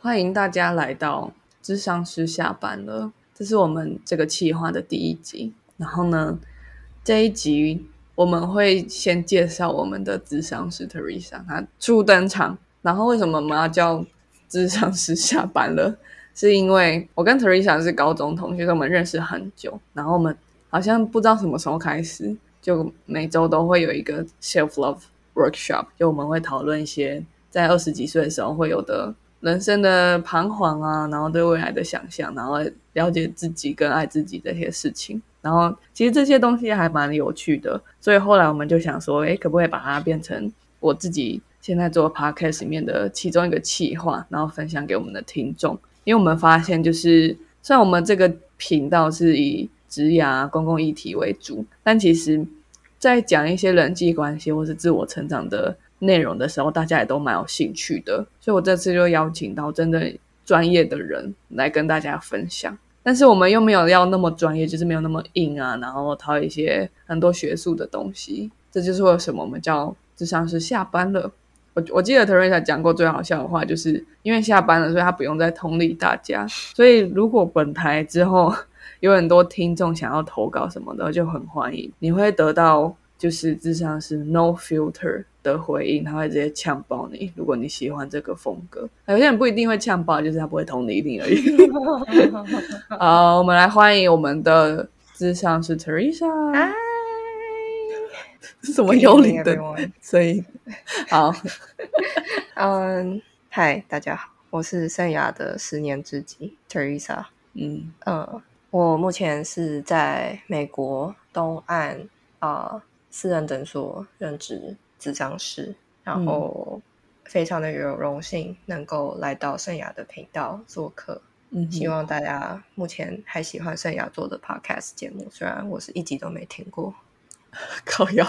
欢迎大家来到諮商師下班了，这是我们这个企划的第一集。然后呢，这一集我们会先介绍我们的諮商師 Teresa， 她初登场。然后为什么我们要叫諮商師下班了？是因为我跟 Teresa 是高中同学，所以我们认识很久。然后我们好像不知道什么时候开始，就每周都会有一个 self-love workshop， 就我们会讨论一些在20几岁的时候会有的人生的彷徨啊，然后对未来的想象，然后了解自己跟爱自己这些事情。然后其实这些东西还蛮有趣的，所以后来我们就想说，可不可以把它变成我自己现在做 podcast 里面的其中一个企划，然后分享给我们的听众。因为我们发现就是虽然我们这个频道是以职涯公共议题为主，但其实在讲一些人际关系或是自我成长的内容的时候，大家也都蛮有兴趣的，所以我这次就邀请到真的专业的人来跟大家分享。但是我们又没有要那么专业，就是没有那么硬啊，然后讨一些很多学术的东西。这就是为什么我们叫諮商師下班了。我记得 Teresa 讲过最好笑的话，就是因为下班了，所以他不用再同理大家。所以如果本台之后有很多听众想要投稿什么的，就很欢迎。你会得到就是諮商師 no filter 的回应，他会直接呛爆你。如果你喜欢这个风格，有些人不一定会呛爆，就是他不会同理你而已。好，我们来欢迎我们的諮商師 Teresa。 嗨， 是什么幽灵的声音？好， 嗨，大家好，我是圣雅的10年知己 Teresa。我目前是在美国东岸私人诊所任职諮商師，然后非常的有荣幸能够来到圣雅的频道做客。希望大家目前还喜欢圣雅做的 podcast 节目，虽然我是一集都没听过。 靠腰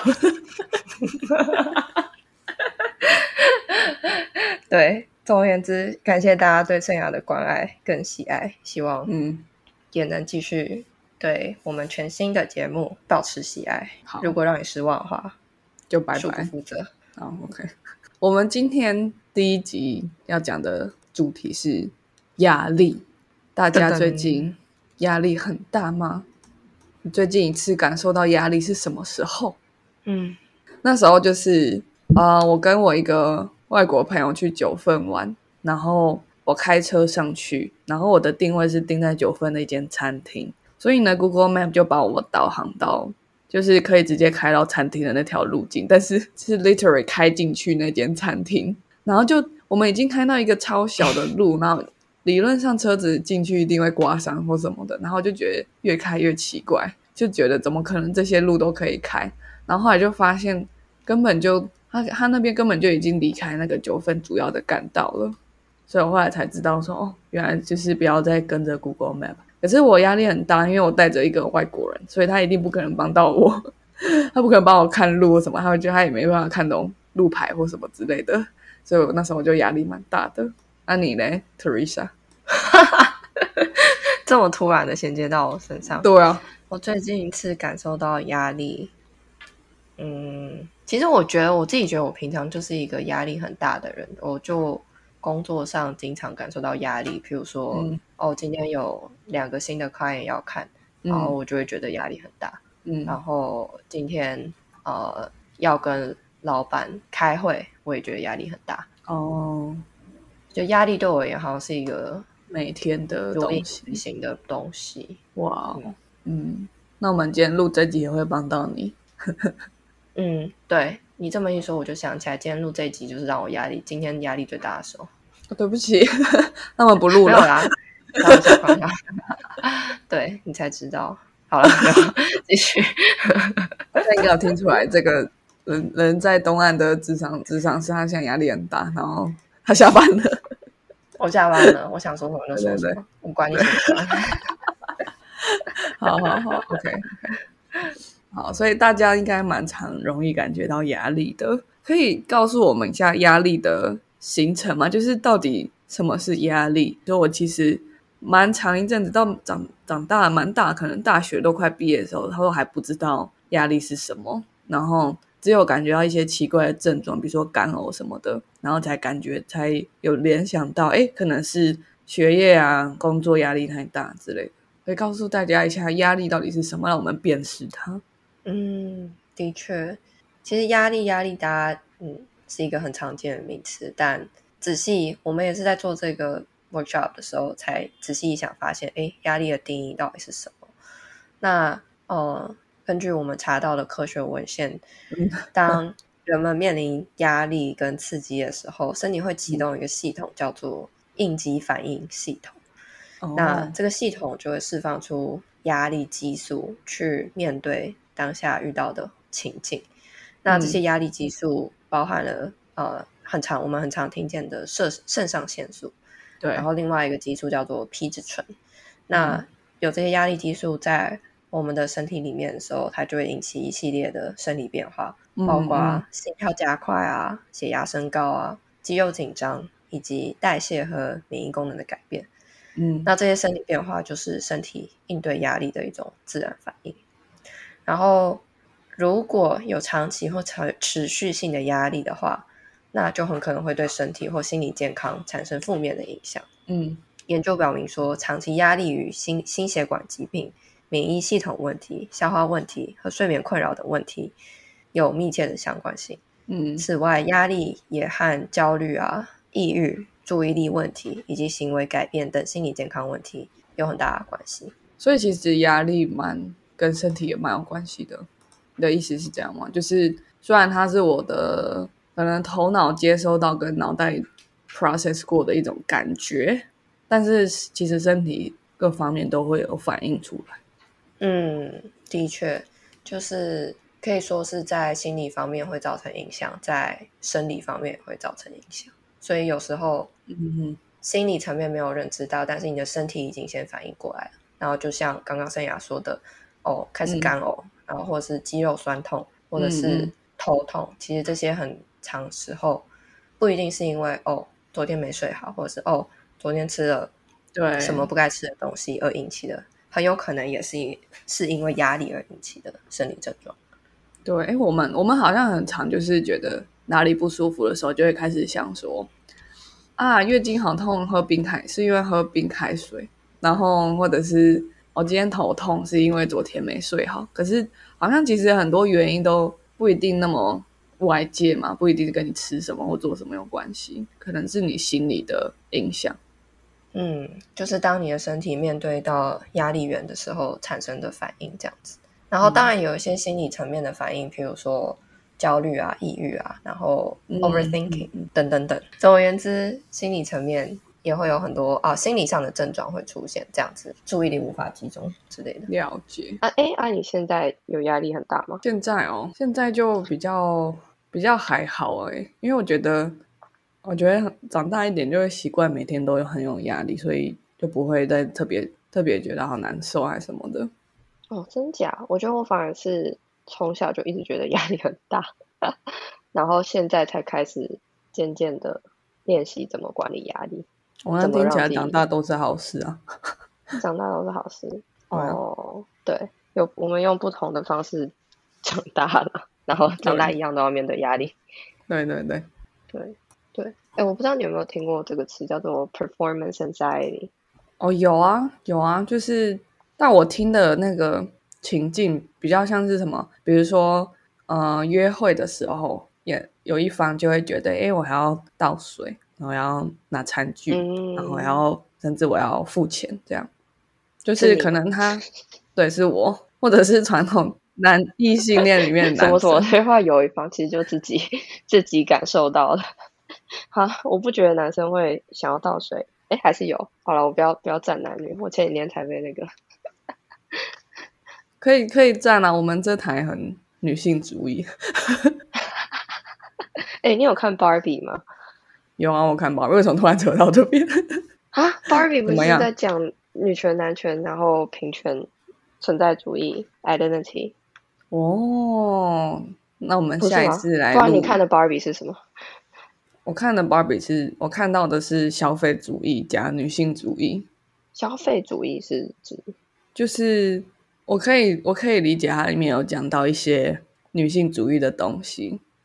对，总而言之，感谢大家对圣雅的关爱跟喜爱，希望也能继续对我们全新的节目保持喜爱。如果让你失望的话， 就拜拜， 恕不负责。 好 OK。 我们今天第一集要讲的主题是压力。大家最近压力很大吗？你最近一次感受到压力是什么时候？那时候就是我跟我一个外国朋友去九份玩，然后我开车上去，然后我的定位是定在九份的一间餐厅，所以呢 Google Map 就把我导航到就是可以直接开到餐厅的那条路径，但是是 literally 开进去那间餐厅，然后就我们已经开到一个超小的路，然后理论上车子进去一定会刮伤或什么的，然后就觉得越开越奇怪，就觉得怎么可能这些路都可以开，然后后来就发现根本就他那边根本就已经离开那个九份主要的干道了，所以我后来才知道说原来就是不要再跟着 Google Map。 可是我压力很大，因为我带着一个外国人，所以他一定不可能帮到我他不可能帮我看路或什么，他会觉得他也没办法看懂路牌或什么之类的，所以我那时候就压力蛮大的。那你呢 Teresa？ 这么突然的衔接到我身上。 对啊， 我最近一次感受到压力，其实我自己觉得我平常就是一个压力很大的人，我就工作上经常感受到压力，譬如说今天有2个新的 client 要看，然后我就会觉得压力很大。然后今天要跟老板开会，我也觉得压力很大。就压力对我而言好像是一个每天的东西型的东西。 哇，那我们今天录这集也会帮到你。 对，你这么一说我就想起来，今天录这一集就是让我今天压力最大的时候。 对不起那我不录了。 没有啦，开玩笑开玩笑对，你才知道。好了继续大家应该有听出来，这个人在东岸的职场是他现在压力很大，然后他下班了。 我下班了，我想说什么就说什么，我管你什么好 OK 好，所以大家应该蛮常容易感觉到压力的，可以告诉我们一下压力的形成吗？就是到底什么是压力？就我其实蛮长一阵子到长大蛮大，可能大学都快毕业的时候，他都还不知道压力是什么，然后只有感觉到一些奇怪的症状，比如说干呕什么的， 然后才有联想到可能是学业啊工作压力太大之类的，可以告诉大家一下压力到底是什么，让我们辨识它。 的确，其实压力大家是一个很常见的名词，但仔细我们也是在做这个 workshop 的时候才仔细一想发现压力的定义到底是什么。那根据我们查到的科学文献，当人们面临压力跟刺激的时候，身体会启动一个系统叫做应激反应系统。那这个系统就会释放出压力激素去面对当下遇到的情境。那这些压力激素包含了我们很常听见的肾上腺素， 对， 然后另外一个激素叫做皮质醇。那有这些压力激素在我们的身体里面的时候，它就会引起一系列的生理变化，包括心跳加快啊、血压升高啊、肌肉紧张，以及代谢和免疫功能的改变。那这些生理变化就是身体应对压力的一种自然反应。然后如果有长期或持续性的压力的话，那就很可能会对身体或心理健康产生负面的影响。研究表明说，长期压力与心血管疾病、免疫系统问题、消化问题和睡眠困扰等问题有密切的相关性。此外，压力也和焦虑啊、抑郁、注意力问题以及行为改变等心理健康问题有很大的关系。 所以其实压力跟身体也蛮有关系的。你的意思是这样吗？就是虽然它是我的可能头脑接收到跟脑袋 process 过的一种感觉，但是其实身体各方面都会有反应出来。 的确，就是可以说是在心理方面会造成影响，在生理方面也会造成影响。所以有时候心理层面没有认知到，但是你的身体已经先反应过来了。然后就像刚刚圣雅说的，开始干呕，然后或者是肌肉酸痛，或者是头痛，其实这些很长时候不一定是因为昨天没睡好，或者是昨天吃了什么不该吃的东西而引起的，很有可能也是因为压力而引起的生理症状。 对，我们好像很常就是觉得哪里不舒服的时候，就会开始想说月经好痛，是因为喝冰开水，然后或者是我今天头痛是因为昨天没睡好。可是好像其实很多原因都不一定那么外界嘛，不一定跟你吃什么或做什么有关系，可能是你心理的影响。 就是当你的身体面对到压力源的时候产生的反应这样子。然后当然有一些心理层面的反应，比如说焦虑啊、抑郁啊，然后 overthinking 等等等。总而言之，心理层面也会有很多心理上的症状会出现，这样子注意力无法集中之类的。 了解。 你现在有压力很大吗？ 现在就比较还好因为我觉得长大一点就会习惯每天都很有压力，所以就不会再特别觉得好难受还是什么的。 真假？我觉得我反而是从小就一直觉得压力很大然后现在才开始渐渐的练习怎么管理压力。 那听起来长大都是好事啊长大都是好事对，我们用不同的方式长大了，然后长大一样都要面对压力。 对， 我不知道你有没有听过这个词叫做 performance anxiety。 有啊，就是但我听的那个情境比较像是什么，比如说约会的时候，也有一方就会觉得我还要倒水，然后要拿餐具，然后甚至我要付钱，这样就是可能他对是我，或者是传统异性恋里面的男生什么对话有一方其实就自己感受到了我不觉得男生会想要倒水，还是有。好了，我不要站男女，我前几天才被那个可以站啊，我们这台很女性主义你有看 Barbie 吗？ 有啊，我看 Barbie， 为什么突然扯到这边 Barbie 不是在讲女权男权然后平权存在主义 identity。 那我们下一次来录。 不然你看的 Barbie 是什么？ 我看的 Barbie 我看到的是消费主义加女性主义。 消费主义是指我可以理解它里面有讲到一些女性主义的东西，可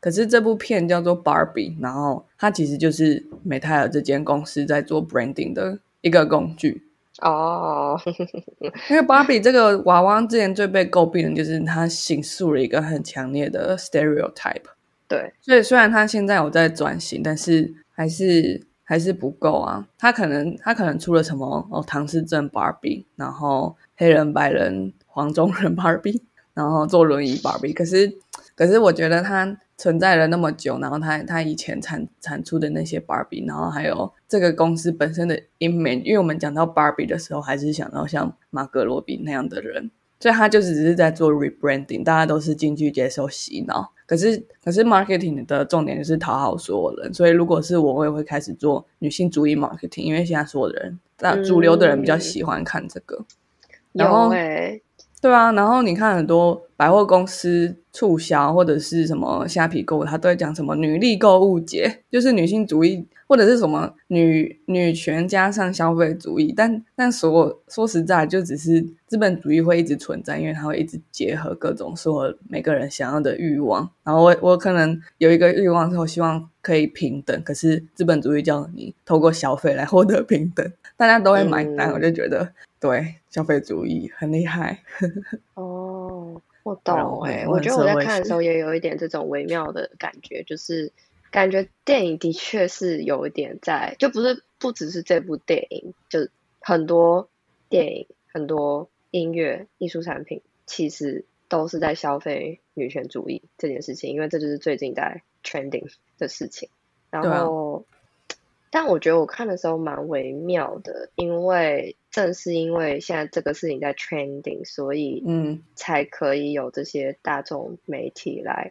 可是这部片叫做 Barbie， 然后它其实就是美泰尔这间公司在做 branding 的一个工具。 哦， 因为 Barbie 这个娃娃之前最被诟病的就是它形塑了一个很强烈的 stereotype。 对， 所以虽然它现在有在转型，但是还是不够啊。它可能出了什么唐氏症 Barbie， 然后黑人、白人、黄种人 Barbie， 然后坐轮椅 Barbie。可是我觉得它存在了那么久，然后它以前产出的那些 Barbie， 然后还有这个公司本身的 image， 因为我们讲到 Barbie 的时候，还是想到像马格罗比那样的人。所以他就只是在做 rebranding， 大家都是进去接受洗脑。可是 marketing 的重点就是讨好所有人，所以如果是我也会开始做女性主义 marketing， 因为现在所有的人，主流的人比较喜欢看这个。然后对啊，然后你看很多百货公司促销或者是什么虾皮购物，他都会讲什么女力购物节，就是女性主义或者是什么女权加上消费主义，但说实在，就只是资本主义会一直存在，因为它会一直结合各种所有每个人想要的欲望。然后我可能有一个欲望是我希望可以平等，可是资本主义叫你透过消费来获得平等，大家都会买单，我就觉得对消费主义很厉害。 哦，我懂我觉得我在看的时候也有一点这种微妙的感觉，就是感觉电影的确是有一点在，就不只是这部电影，就很多电影、很多音乐、艺术产品，其实都是在消费女权主义这件事情，因为这就是最近在 trending 的事情。然后，但我觉得我看的时候蛮微妙的，因为正是因为现在这个事情在 trending， 所以才可以有这些大众媒体来，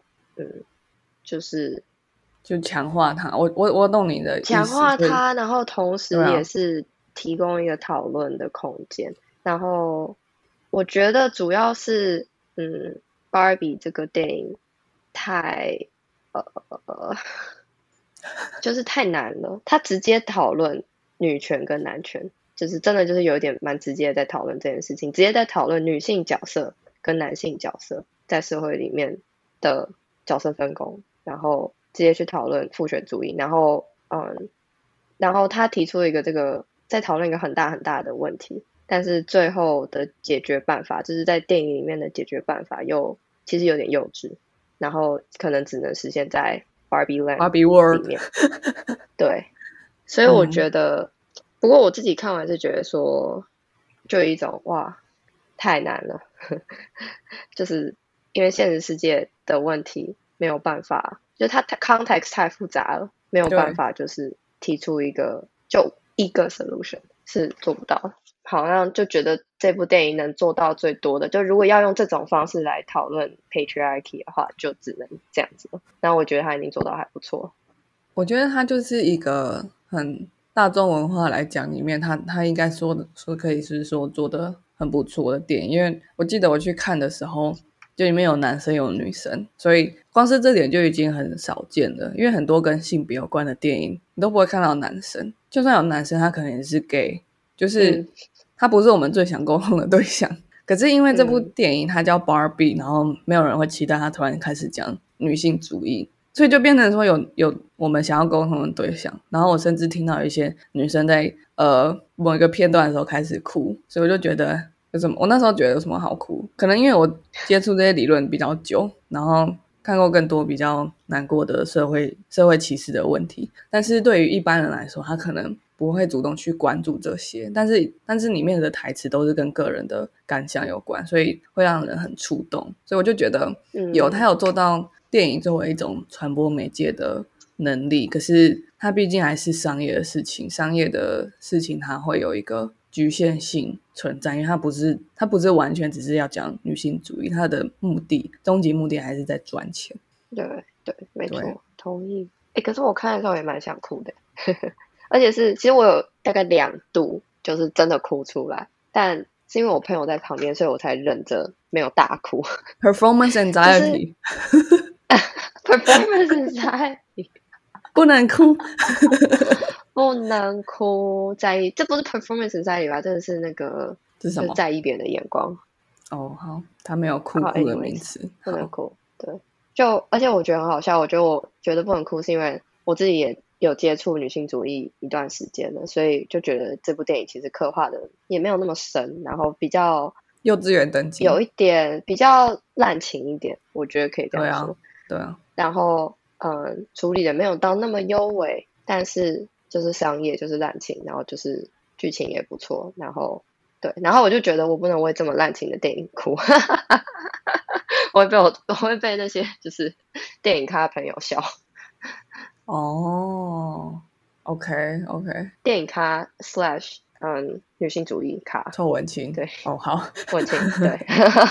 就强化它。我懂你的意思， 强化它，然后同时也是提供一个讨论的空间。然后我觉得主要是Barbie 这个电影太就是太难了，他直接讨论女权跟男权，就是真的就是有点蛮直接的在讨论这件事情，直接在讨论女性角色跟男性角色在社会里面的角色分工，然后直接去讨论父权主义，然后他提出一个这个在讨论一个很大很大的问题，但是最后的解决办法就是在电影里面的解决办法又其实有点幼稚，然后可能只能实现在Barbie Land 里面对，所以我觉得不过我自己看完是觉得说就有一种哇太难了就是因为现实世界的问题没有办法，就它 context 太复杂了，没有办法就是提出一个solution 是做不到的。好像就觉得这部电影能做到最多的，就如果要用这种方式来讨论 patriarchy 的话，就只能这样子了。那我觉得他已经做到还不错。 我觉得他就是一个很大众文化来讲里面，他应该说可以是说做的很不错的电影。因为我记得我去看的时候，就里面有男生有女生，所以光是这点就已经很少见了。因为很多跟性别有关的电影，你都不会看到男生，就算有男生，他可能也是 gay， 就是他不是我们最想沟通的对象。可是因为这部电影它叫 Barbie， 然后没有人会期待他突然开始讲女性主义，所以就变成说有我们想要沟通的对象。然后我甚至听到一些女生在某一个片段的时候开始哭，所以我就觉得有什么，我那时候觉得有什么好哭，可能因为我接触这些理论比较久，然后看过更多比较难过的社会歧视的问题，但是对于一般人来说，他可能不会主动去关注这些，但是里面的台词都是跟个人的感想有关，所以会让人很触动。所以我就觉得他有做到电影作为一种传播媒介的能力，可是它毕竟还是商业的事情，商业的事情它会有一个局限性存在，因为它不是完全只是要讲女性主义，它的终极目的还是在赚钱。 对，没错，同意。可是我看的时候也蛮想哭的而且其实我有大概2度就是真的哭出来，但是因为我朋友在旁边，所以我才忍着没有大哭。 Performance anxiety， Performance anxiety， 不能哭， 不能哭，在意，这不是 performance anxiety 吧？这个是那个是什么？ 在意别人的眼光。 好，他没有哭的名词， 不能哭。对， 而且我觉得很好笑，我觉得不很酷，是因为我自己也有接触女性主义一段时间了，所以就觉得这部电影其实刻画的也没有那么深，然后比较幼稚园等级有一点比较滥情一点，我觉得可以这样说。 对啊。 然后处理的没有到那么优美，但是就是商业就是滥情，然后就是剧情也不错，然后对，然后我就觉得我不能为这么滥情的电影哭，我会被那些就是电影咖朋友笑。 哦，OK， 电影咖女性主义咖， 臭文青。 对， 好， 文青，对。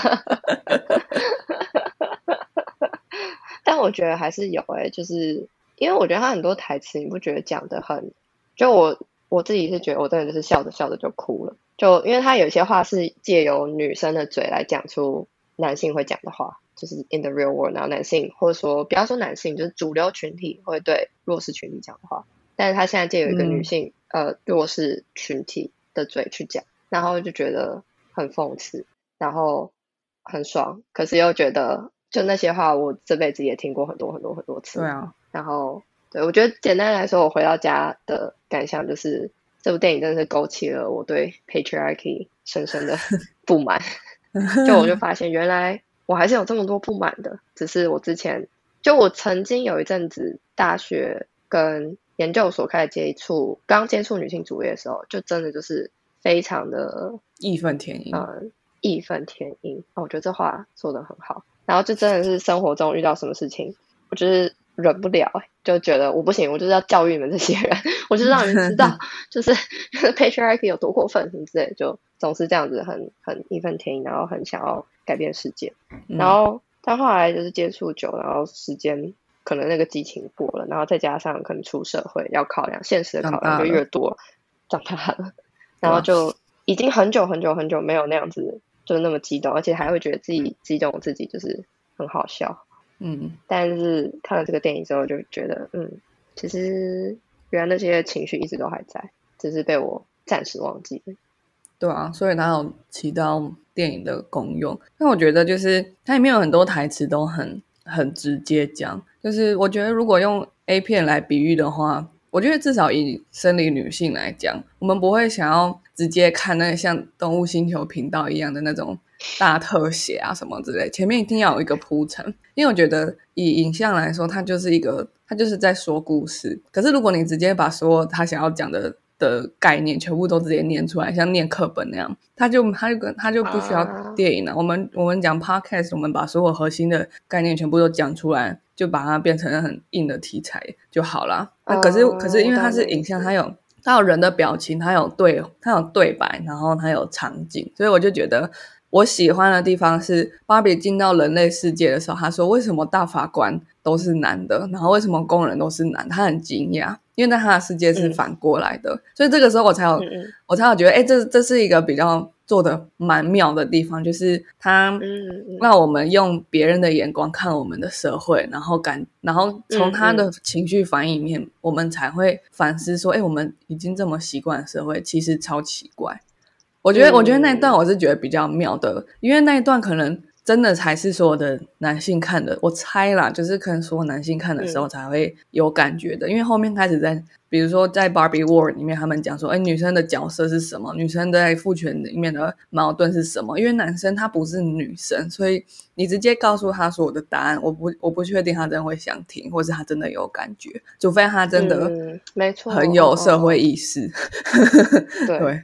但我觉得还是有就是因为我觉得他很多台词，你不觉得讲的很，就我自己是觉得我真的就是笑着笑着就哭了，就因为他有些话是借由女生的嘴来讲出男性会讲的话，就是 in the real world， 然后男性或者说不要说男性，就是主流群体会对弱势群体讲的话，但是他现在借由一个女性弱势群体的嘴去讲，然后就觉得很讽刺，然后很爽，可是又觉得就那些话我这辈子也听过很多很多很多次。 对啊， 然后对，我觉得简单来说，我回到家的感想就是这部电影真的是勾起了我对 patriarchy 深深的不满。就我就发现原来我还是有这么多不满的，只是我之前就我曾经有一阵子大学跟研究所开始刚接触女性主义的时候，就真的就是非常的义愤填膺。 义愤填膺。我觉得这话说得很好。然后就真的是生活中遇到什么事情，我就是忍不了，就觉得我不行，我就是要教育你们这些人，我就是让你们知道，就是 patriarchy 有多过分什么之类的，就总是这样子很义愤填膺，然后很想要改变世界。然后但后来就是接触久，然后时间可能那个激情过了，然后再加上可能出社会要考量现实的考量就越多，长大了，然后就已经很久很久很久没有那样子就是那么激动，而且还会觉得自己激动自己就是很好笑。但是看了这个电影之后就觉得其实原来那些情绪一直都还在，只是被我暂时忘记了。 对啊，所以它有起到电影的功用。但我觉得就是它里面有很多台词都很直接讲，就是我觉得如果用 A 片来比喻的话，我觉得至少以生理女性来讲，我们不会想要直接看那个像动物星球频道一样的那种大特写啊什么之类，前面一定要有一个铺陈，因为我觉得以影像来说，它就是在说故事。可是如果你直接把所有他想要讲的概念全部都直接念出来，像念课本那样，他就不需要电影了。我们讲 podcast， 我们把所有核心的概念全部都讲出来，就把它变成很硬的题材就好了。可是因为它是影像，它有人的表情，它有对白，然后它有场景，所以我就觉得我喜欢的地方是芭比进到人类世界的时候，他说为什么大法官都是男的，然后为什么工人都是男，他很惊讶，因为在他的世界是反过来的，所以这个时候我才有觉得这是一个比较做的蛮妙的地方，就是他让我们用别人的眼光看我们的社会，然后从他的情绪反应里面我们才会反思说我们已经这么习惯的社会其实超奇怪。我觉得那一段我是觉得比较妙的，因为那一段可能真的才是所有的男性看的，我猜啦，就是可能所有男性看的时候才会有感觉的，因为后面开始比如说在 Barbie World 里面他们讲说女生的角色是什么，女生在父权里面的矛盾是什么，因为男生他不是女生，所以你直接告诉他说我的答案，我不确定他真的会想听，或是他真的有感觉，除非他真的没错很有社会意识。 对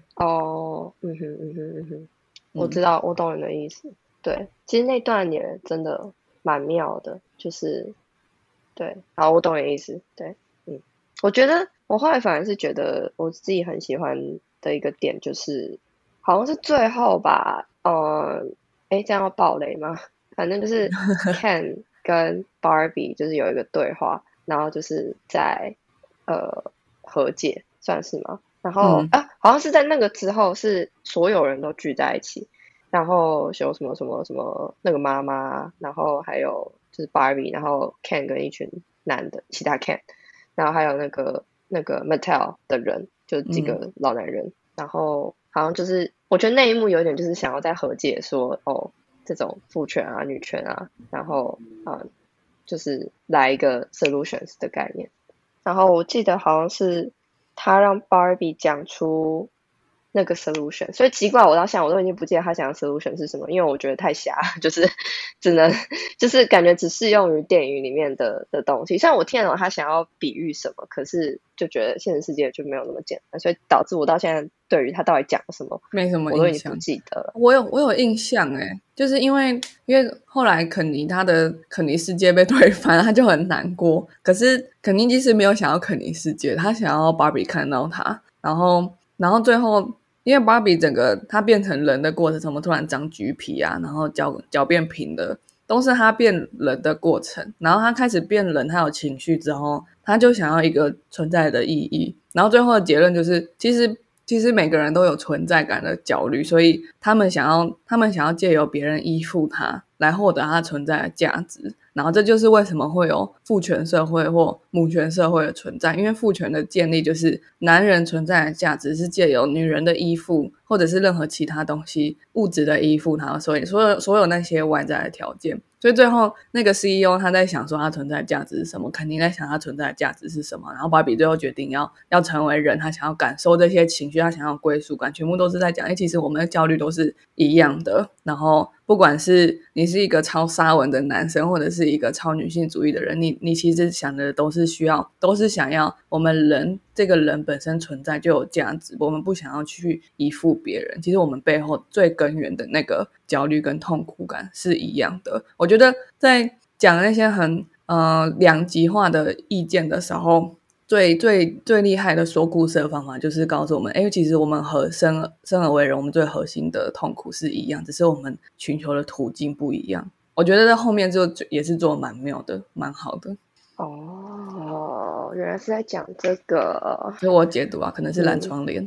我知道，我懂你的意思。对，其实那段也真的蛮妙的，就是对，好，我懂你的意思。对，我觉得我后来反而是觉得我自己很喜欢的一个点，就是好像是最后吧，这样要爆雷吗？反正就是 Ken 跟 Barbie 就是有一个对话，然后就是在和解，算是吗？然后好像是在那个之后，是所有人都聚在一起，然后有什么什么什么那个妈妈，然后还有就是 Barbie， 然后 Ken 跟一群男的，其他 Ken， 然后还有那个 Mattel 的人，就几个老男人，然后好像就是我觉得那一幕有点就是想要在和解说这种父权啊、女权啊，然后就是来一个 solutions 的概念。然后我记得好像是他让 Barbie 讲出那个 solution， 所以奇怪我到现在我都已经不记得他讲的 solution 是什么，因为我觉得太瞎，就是只能就是感觉只适用于电影里面的东西。虽然我听得懂他想要比喻什么，可是就觉得现实世界就没有那么简单，所以导致我到现在对于他到底讲了什么没什么印象， 我都已经不记得了。 我有印象就是因为后来肯尼他的肯尼世界被推翻，他就很难过。可是肯尼其实没有想要肯尼世界，他想要芭比看到他，然后最后因为芭比整个他变成人的过程，什么突然长橘皮啊，然后脚变平的，都是他变人的过程。然后他开始变人，他有情绪之后，他就想要一个存在的意义。然后最后的结论就是，其实每个人都有存在感的焦虑，所以他们想要借由别人依附他，来获得他存在的价值。然后这就是为什么会有父权社会或母权社会的存在，因为父权的建立就是男人存在的价值是借由女人的依附或者是任何其他东西物质的依附他，所以所有那些外在的条件。所以最后那个 CEO 他在想说他存在的价值是什么，肯定在想他存在的价值是什么，然后芭比最后决定要成为人，他想要感受这些情绪，他想要归属感，全部都是在讲其实我们的焦虑都是一样的。然后不管是你是一个超沙文的男生或者是一个超女性主义的人，你其实想的都是想要我们人这个人本身存在就有价值，我们不想要去依附别人。其实我们背后最根源的那个焦虑跟痛苦感是一样的。我觉得在讲那些很两极化的意见的时候，最厉害的说故事的方法就是告诉我们，其实我们生而为人，我们最核心的痛苦是一样，只是我们寻求的途径不一样。我觉得在后面就也是做得蛮妙的，蛮好的。 哦，原来是在讲这个， 所以我解读啊，可能是蓝窗帘。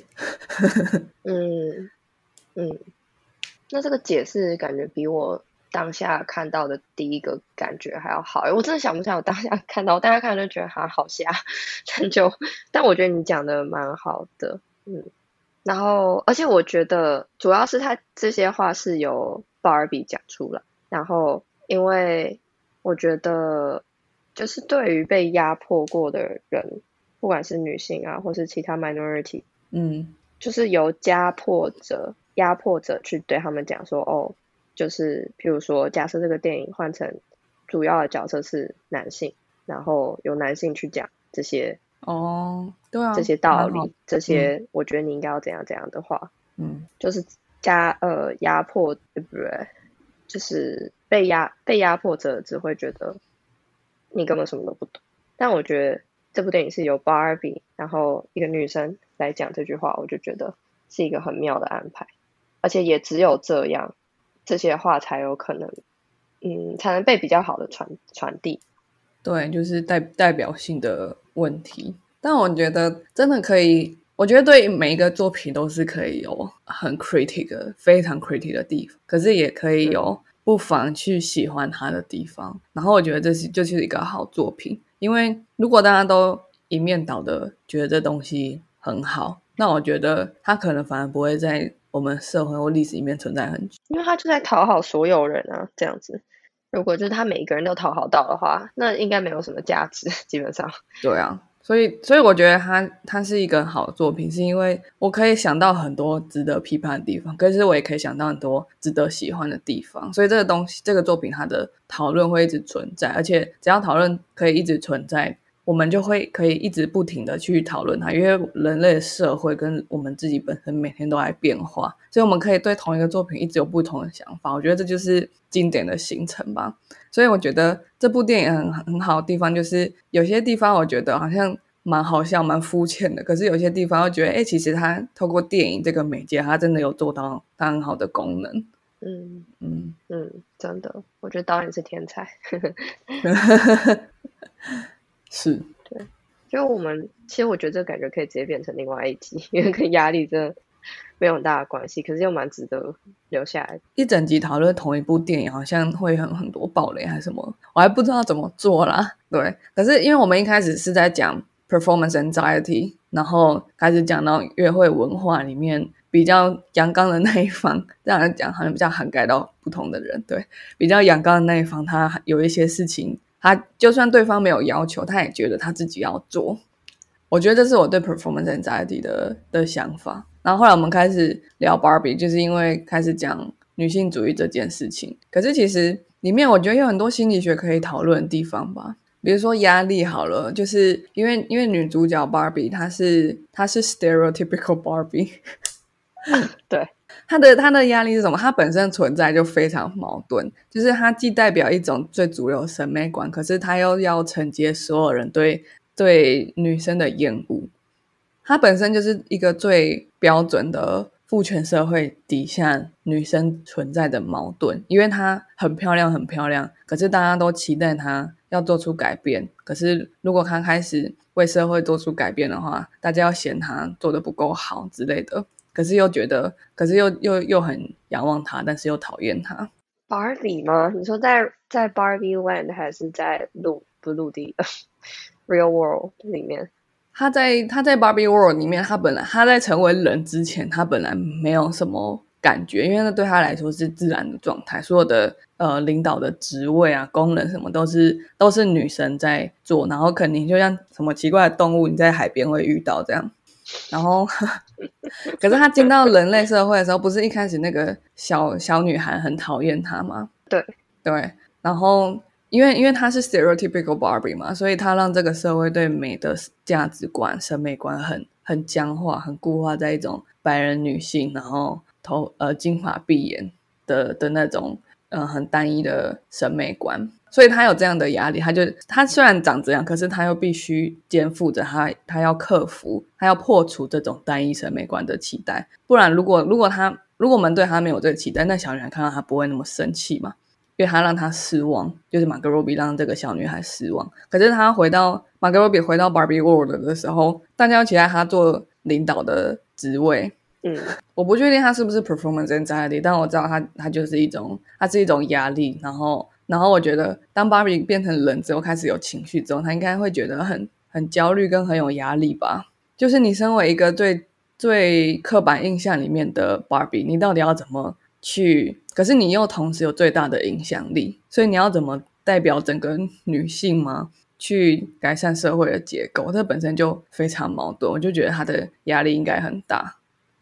那这个解释感觉比我当下看到的第一个感觉还要好。我真的想不起来我当下看到，大家看就觉得好瞎，但我觉得你讲的蛮好的。然后而且我觉得主要是他这些话是由 Barbie 讲出来，然后因为我觉得就是对于被压迫过的人，不管是女性啊或是其他 minority，就是由压迫者去对他们讲说，就是譬如说假设这个电影换成主要的角色是男性，然后由男性去讲这些对啊， 这些道理，这些我觉得你应该要怎样怎样的话，就是压迫，对不对？就是被压迫者只会觉得你根本什么都不懂。但我觉得这部电影是由 Barbie 然后一个女生来讲这句话，我就觉得是一个很妙的安排，而且也只有这样，这些话才有可能才能被比较好的传递。 对，就是代表性的问题。但我觉得真的可以，我觉得对每一个作品都是可以有很 critic 非常 critic 的地方，可是也可以有不妨去喜欢它的地方。然后我觉得就是一个好作品，因为如果大家都一面倒的觉得这东西很好，那我觉得它可能反而不会在我们社会或历史里面存在很久， 因为它就在讨好所有人啊，这样子。如果就是他每一个人都讨好到的话，那应该没有什么价值，基本上。 对啊，所以我觉得它是一个好作品，是因为我可以想到很多值得批判的地方，可是我也可以想到很多值得喜欢的地方。所以这个作品它的讨论会一直存在，而且只要讨论可以一直存在，我们就可以一直不停的去讨论它，因为人类的社会跟我们自己本身每天都在变化，所以我们可以对同一个作品一直有不同的想法。我觉得这就是经典的形成吧。所以我觉得这部电影很好的地方就是有些地方我觉得好像蛮好笑蛮肤浅的，可是有些地方又觉得其实它透过电影这个媒介它真的有做到它很好的功能。 真的，我觉得导演是天才。 是， 对，就其实我觉得这个感觉可以直接变成另外一集，因为跟压力真的没有很大的关系，可是又蛮值得留下来。 一整集讨论同一部电影好像会很多爆雷还是什么，我还不知道怎么做啦。对，可是因为我们一开始是在讲 performance anxiety， 然后开始讲到约会文化里面比较阳刚的那一方，这样讲好像比较涵盖到不同的人。对，比较阳刚的那一方他有一些事情他就算对方没有要求，他也觉得他自己要做。我觉得这是我对 performance anxiety 的想法。然后后来我们开始聊 Barbie， 就是因为开始讲女性主义这件事情。可是其实里面我觉得有很多心理学可以讨论的地方吧。比如说压力好了，就是因为女主角 Barbie 她是 stereotypical Barbie 对， 她的压力是什么？她本身存在就非常矛盾，就是她既代表一种最主流的审美观，可是她又要承接所有人对女生的厌恶。她本身就是一个最标准的父权社会底下女生存在的矛盾，因为她很漂亮很漂亮，可是大家都期待她要做出改变，可是如果她开始为社会做出改变的话，大家要嫌她做得不够好之类的，可是又觉得，可是又很仰望她，但是又讨厌她。 Barbie 吗？你说在 Barbie Land 还是在不陆地Real World 里面？ 他在 Barbie World 里面，他在成为人之前，他本来没有什么感觉，因为那对他来说是自然的状态，所有的领导的职位啊、功能什么都是女生在做，然后肯定就像什么奇怪的动物，你在海边会遇到这样。然后可是他进到人类社会的时候，不是一开始那个小女孩很讨厌他吗？ 对， 然后因为他是 stereotypical Barbie 嘛，所以他让这个社会对美的价值观、审美观很僵化、很固化在一种白人女性，然后金发碧眼的那种很单一的审美观，所以他有这样的压力。他虽然长这样，可是他又必须肩负着他要克服、他要破除这种单一审美观的期待。不然如果我们对他没有这个期待，那小女孩看到他不会那么生气嘛？因为他让他失望，就是马格罗比让这个小女孩失望。可是他马格罗比回到 Barbie World 的时候，大家要期待他做领导的职位。我不确定他是不是 performance anxiety， 但我知道他就是一种压力。然后我觉得当 Barbie 变成人之后，开始有情绪之后，他应该会觉得很焦虑跟很有压力吧。就是你身为一个最刻板印象里面的 Barbie， 你到底要怎么去？可是你又同时有最大的影响力，所以你要怎么代表整个女性吗？去改善社会的结构，这本身就非常矛盾。我就觉得他的压力应该很大。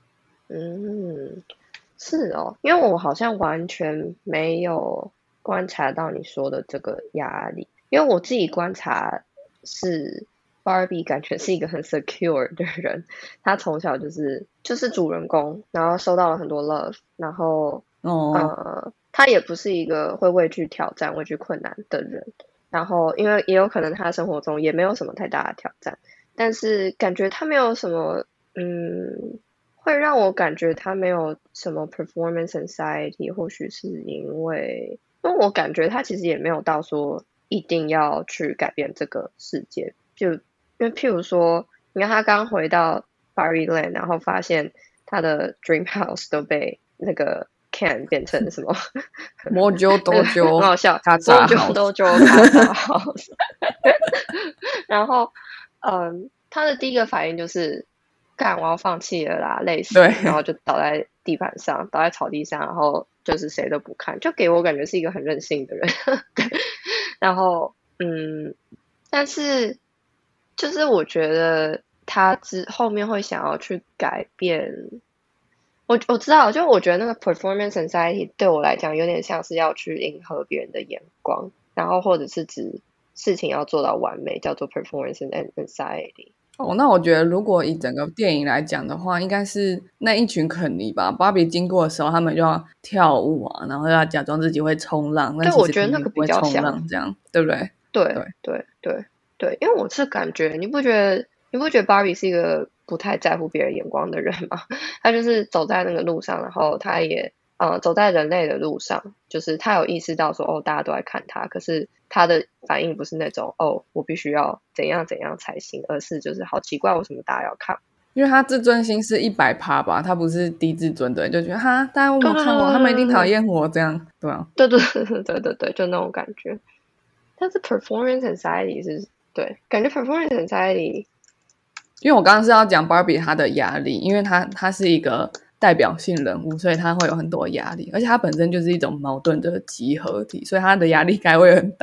是哦，因为我好像完全没有观察到你说的这个压力，因为我自己观察是 Barbie 感觉是一个很 secure 的人，他从小就是主人公，然后受到了很多 love， 然后他也不是一个会畏惧挑战、畏惧困难的人，然后因为也有可能他生活中也没有什么太大的挑战，但是感觉他没有什么会让我感觉他没有什么 performance anxiety， 或许是因为我感觉他其实也没有到说一定要去改变这个世界，就因为譬如说，你看他刚回到 Barbie Land， 然后发现他的 dream house 都被那个 Ken 变成什么 Mojo Dojo 很好笑 Mojo Dojo 卡扎 house 然后他的第一个反应就是干，我要放弃了啦，累死，然后就倒在地板上，倒在草地上，然后就是谁都不看，就给我感觉是一个很任性的人然后但是就是我觉得他后面会想要去改变，我知道，就我觉得那个 performance anxiety 对我来讲有点像是要去迎合别人的眼光，然后或者是指事情要做到完美，叫做 performance anxiety。 那我觉得如果以整个电影来讲的话，应该是那一群肯尼吧。芭比经过的时候，他们就要跳舞啊，然后要假装自己会冲浪，但我觉得那个比较像这样，对不对？ 对，因为我是感觉，你不觉得芭比是一个不太在乎别人眼光的人吗？他就是走在那个路上，然后他也走在人类的路上，就是他有意识到说大家都在看他，可是他的反应不是那种我必须要怎样怎样才行，而是就是好奇怪为什么大家要看， 因为他自尊心是100%吧，他不是低自尊的人，就觉得大家为什么看我，他们一定讨厌我这样，对吧？ 对，就那种感觉。但是 performance anxiety 是对，感觉 performance anxiety， 因为我刚刚是要讲 Barbie 她的压力，因为她是一个代表性人物，所以他会有很多压力，而且他本身就是一种矛盾的集合体，所以他的压力该会很大。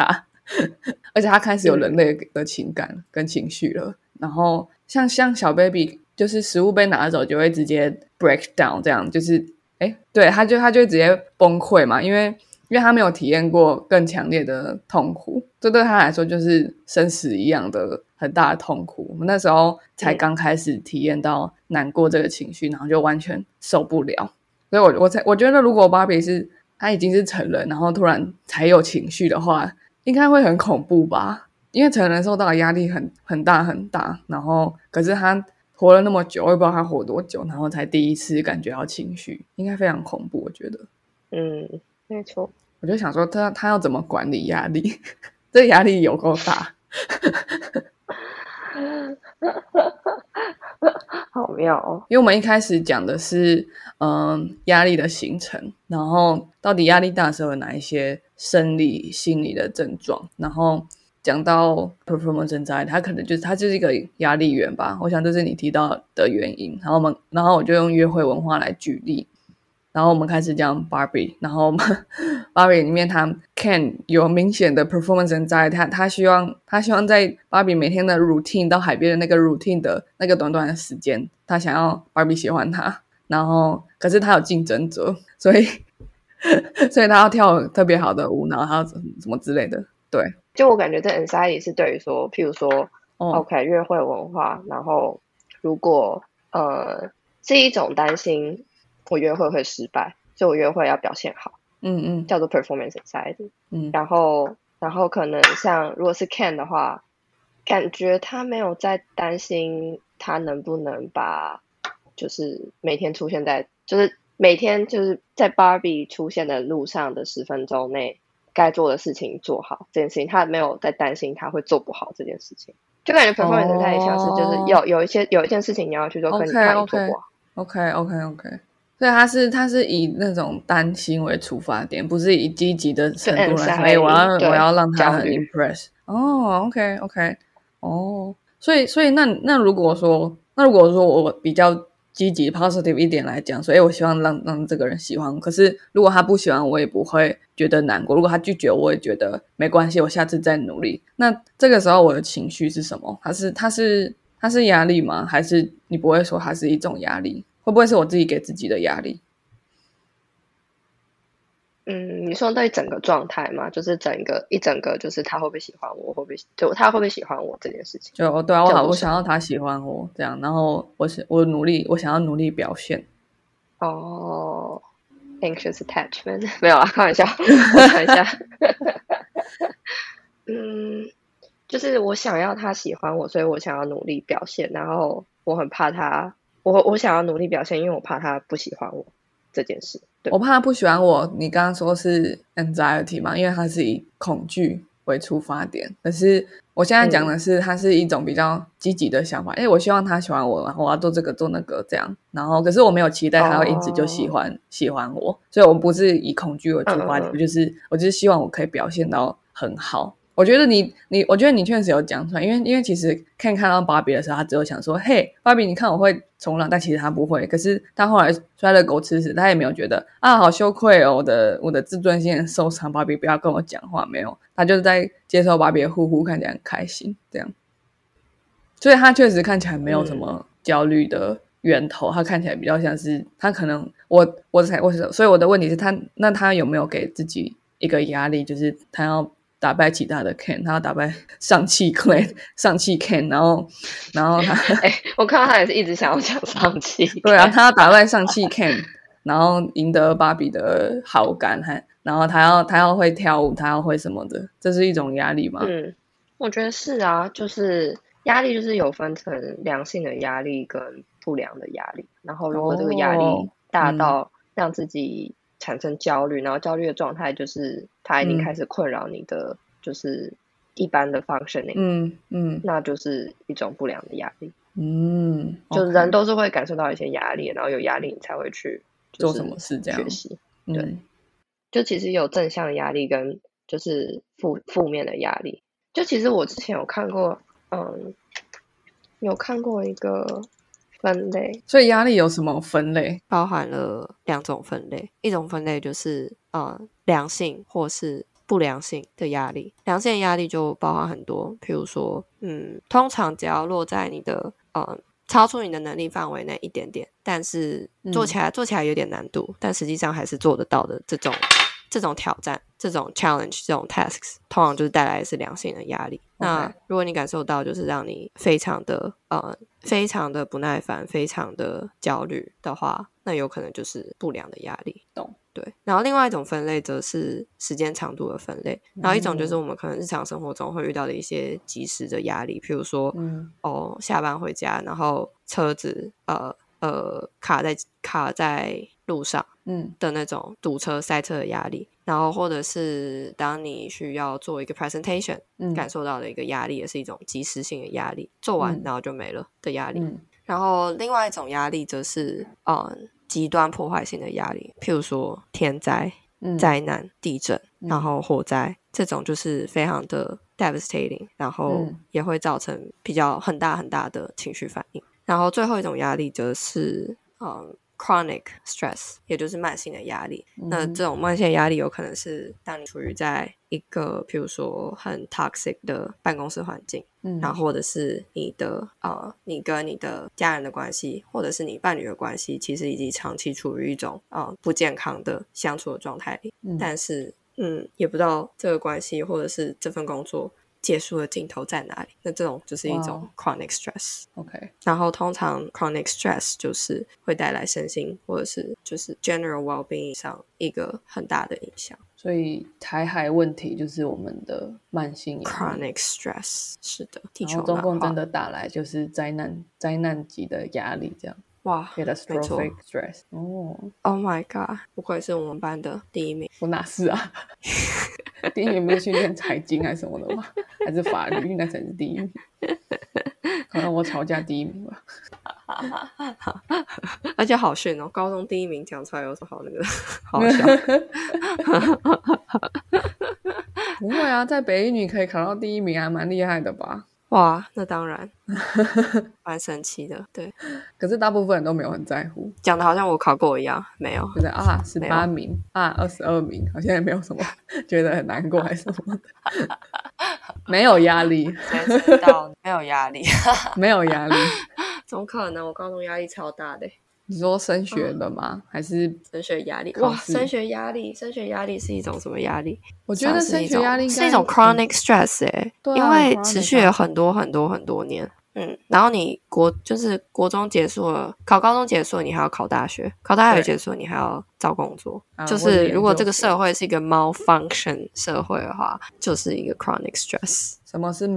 而且他开始有人类的情感跟情绪了。然后像小 baby， 就是食物被拿走就会直接 break down， 这样就是对，他就会直接崩溃嘛，因为他没有体验过更强烈的痛苦，这对他来说就是生死一样的很大的痛苦。我们那时候才刚开始体验到难过这个情绪，然后就完全受不了。所以我觉得如果芭比是他已经是成人，然后突然才有情绪的话，应该会很恐怖吧，因为成人受到的压力很大很大，然后可是他活了那么久，我也不知道他活多久，然后才第一次感觉到情绪，应该非常恐怖，我觉得。 没错。 我就想说他要怎么管理压力这压力有够大好妙哦。 因为我们一开始讲的是压力的形成，然后到底压力大的时候有哪一些生理心理的症状，然后讲到 performance anxiety， 它可能它就是一个压力源吧，我想这是你提到的原因。然后我就用约会文化来举例，然后我们开始讲 Barbie， 然后Barbie 里面他 Ken 有明显的 performance anxiety， 他希望在 Barbie 每天的 routine 到海边的那个 routine 的那个短短的时间，他想要 Barbie 喜欢他，然后可是他有竞争者，所以他要跳特别好的舞，然后他要什么之类的。对， 就我感觉这 anxiety 是对于说譬如说OK 约会文化，然后如果是一种担心我约会会失败，所以我约会要表现好，叫做 performance anxiety。然后可能像如果是 Ken 的话，感觉他没有在担心他能不能把就是每天出现在就是每天就是在 Barbie 出现的路上的10分钟内该做的事情做好这件事情，他没有在担心他会做不好这件事情，就感觉 performance anxiety 像是就是有一件事情你要去做，可你怕你做不好。 OK， 所以他是以那种担心为出发点，不是以积极的程度来说，我要让他很 impress。OK， 所以那如果说我比较积极 positive 一点来讲，所以我希望让这个人喜欢我，可是如果他不喜欢我也不会觉得难过，如果他拒绝我也觉得没关系，我下次再努力。那这个时候我的情绪是什么？他是压力吗？还是你不会说它是一种压力？会不会是我自己给自己的压力？ 你说对整个状态吗？就是一整个就是他会不会喜欢我，他会不会喜欢我这件事情？ 就对啊，我想要他喜欢我这样，然后我想要努力表现。 Anxious attachment 没有啦，开玩笑，我想一下。就是我想要他喜欢我，所以我想要努力表现，然后我很怕他，我想要努力表现，因为我怕他不喜欢我这件事。 我怕他不喜欢我，你刚刚说是 anxiety 嘛，因为它是以恐惧为出发点，可是我现在讲的是它是一种比较积极的想法，我希望他喜欢我，然后我要做这个做那个这样，然后可是我没有期待他会因此就喜欢我，所以我不是以恐惧为出发点，我就是希望我可以表现到很好。我觉得我觉得你确实有讲出来，因为其实看到芭比的时候，他只有想说，嘿，芭比，你看我会冲浪，但其实他不会。可是他后来摔了狗吃屎，他也没有觉得啊，好羞愧哦，我的自尊心很受伤，芭比不要跟我讲话，没有，他就是在接受芭比的呼呼，看起来很开心，这样。所以他确实看起来没有什么焦虑的源头，他看起来比较像是他可能所以我的问题是他有没有给自己一个压力，就是他要打败其他的 Ken， 他要打败上汽 Ken， 然后他我看到他也是一直想要讲上汽对啊，他要打败上汽 Ken， 然后赢得芭比的好感，然后他要会跳舞，他要会什么的，这是一种压力吗？ 我觉得是啊，就是压力就是有分成良性的压力跟不良的压力，然后如果这个压力大到让自己产生焦虑，然后焦虑的状态就是它已经开始困扰你的就是一般的 functioning，那就是一种不良的压力。就人都是会感受到一些压力，然后有压力你才会去做什么事这样学习。对，就其实有正向的压力跟就是负面的压力。就其实我之前有看过一个分类。 所以压力有什么分类？ 包含了2种分类，一种分类就是良性或是不良性的压力。良性的压力就包含很多，譬如说通常只要落在你的超出你的能力范围内一点点，但是做起来有点难度，但实际上还是做得到的这种挑战，这种 challenge， 这种 tasks 通常就是带来的是良性的压力。那如果你感受到就是让你非常的不耐烦，非常的焦虑的话，那有可能就是不良的压力。 懂。 对，然后另外一种分类则是时间长度的分类，然后一种就是我们可能日常生活中会遇到的一些即时的压力，譬如说下班回家，然后车子卡在路上的那种堵车塞车的压力，然后或者是当你需要做一个 presentation 感受到的一个压力，也是一种即时性的压力，做完然后就没了的压力。然后另外一种压力则是极端破坏性的压力，譬如说天灾、灾难、地震，然后火灾，这种就是非常的 devastating， 然后也会造成比较很大很大的情绪反应。然后最后一种压力则是chronic stress， 也就是慢性的压力。那这种慢性的压力有可能是当你处于在一个譬如说很 toxic 的办公室环境，然后或者是你跟你的家人的关系，或者是你伴侣的关系，其实已经长期处于一种不健康的相处的状态里，但是也不知道这个关系或者是这份工作结束的尽头在哪里，那这种就是一种 chronic stress。 OK， 然后通常 chronic stress 就是会带来身心或者是就是 general well-being 上一个很大的影响。 所以台海问题就是我们的慢性压力 chronic stress， 是的。 然后中共真的打来就是灾难级的压力，这样。 哇， catastrophic stress。 Oh my god， 不愧是我们班的第一名。 我哪是啊第一名不是去念财经还是什么的吗？还是法律，那才是第一名。可能我吵架第一名吧而且好逊哦，高中第一名讲出来有什么好那个好好笑不会啊，在北一女可以考到第一名还蛮厉害的吧。 哇，那当然蛮神奇的。对， 可是大部分人都没有很在乎， 讲的好像我考过一样。没有， 就是18名22名，好像也没有什么觉得很难过还是什么的没有压力谁知道没有压力没有压力怎么可能？我高中压力超大的。 你说升学的吗？还是升学压力？哇，升学压力是一种什么压力？ 我觉得升学压力是一种 chronic stress 因为持续了很多很多很多年。然后你国中结束了，考高中结束了，你还要考大学，考大学结束了，你还要找工作。就是如果这个社会是一个 malfunction 社会的话，就是一个 chronic stress。 什么是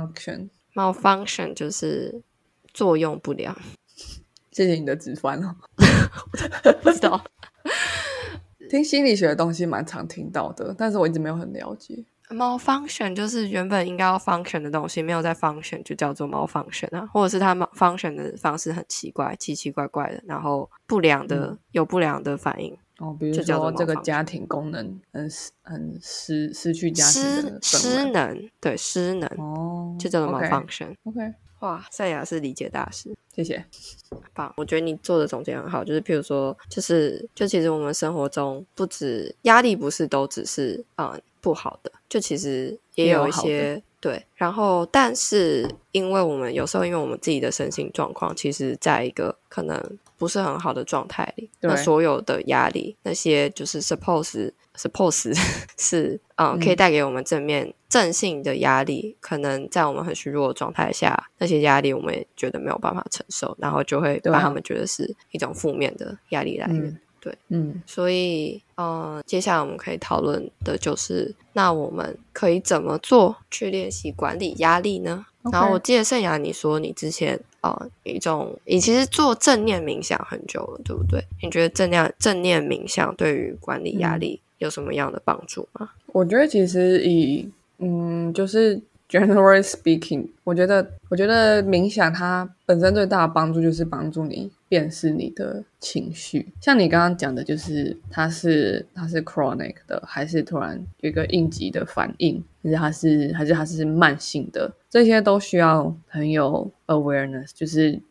malfunction？malfunction 就是作用不良。 谢谢你的直翻哦不知道听心理学的东西蛮常听到的，但是我一直没有很了解。 malfunction 就是原本应该要 function 的东西没有在 function， 就叫做 malfunction 啊，或者是它 function 的方式很奇怪，奇奇怪怪的，然后有不良的反应。 比如说这个家庭功能很失去家庭的失能，对，失能就叫做 malfunction。 OK， 哇，赛亚是理解大师， 谢谢。 棒，我觉得你做的总结很好，就是譬如说就其实我们生活中不止压力不是都只是不好的，就其实也有一些对，然后但是因为我们有时候因为我们自己的身心状况其实在一个可能不是很好的状态里，那所有的压力那些就是 suppose 是可以带给我们正性的压力，可能在我们很虚弱的状态下，那些压力我们也觉得没有办法承受，然后就会把他们觉得是一种负面的压力来源。对，所以接下来我们可以讨论的就是那我们可以怎么做去练习管理压力呢？然后我记得盛雅你说你之前你其实做正念冥想很久了，对不对？你觉得正念冥想对于管理压力有什么样的帮助吗？ 我觉得其实就是 generally speaking， 我觉得冥想它本身最大的帮助就是帮助你辨识你的情绪，像你刚刚讲的就是它是 chronic 的，还是突然有一个应急的反应，还是它是慢性的，这些都需要很有 awareness， 就是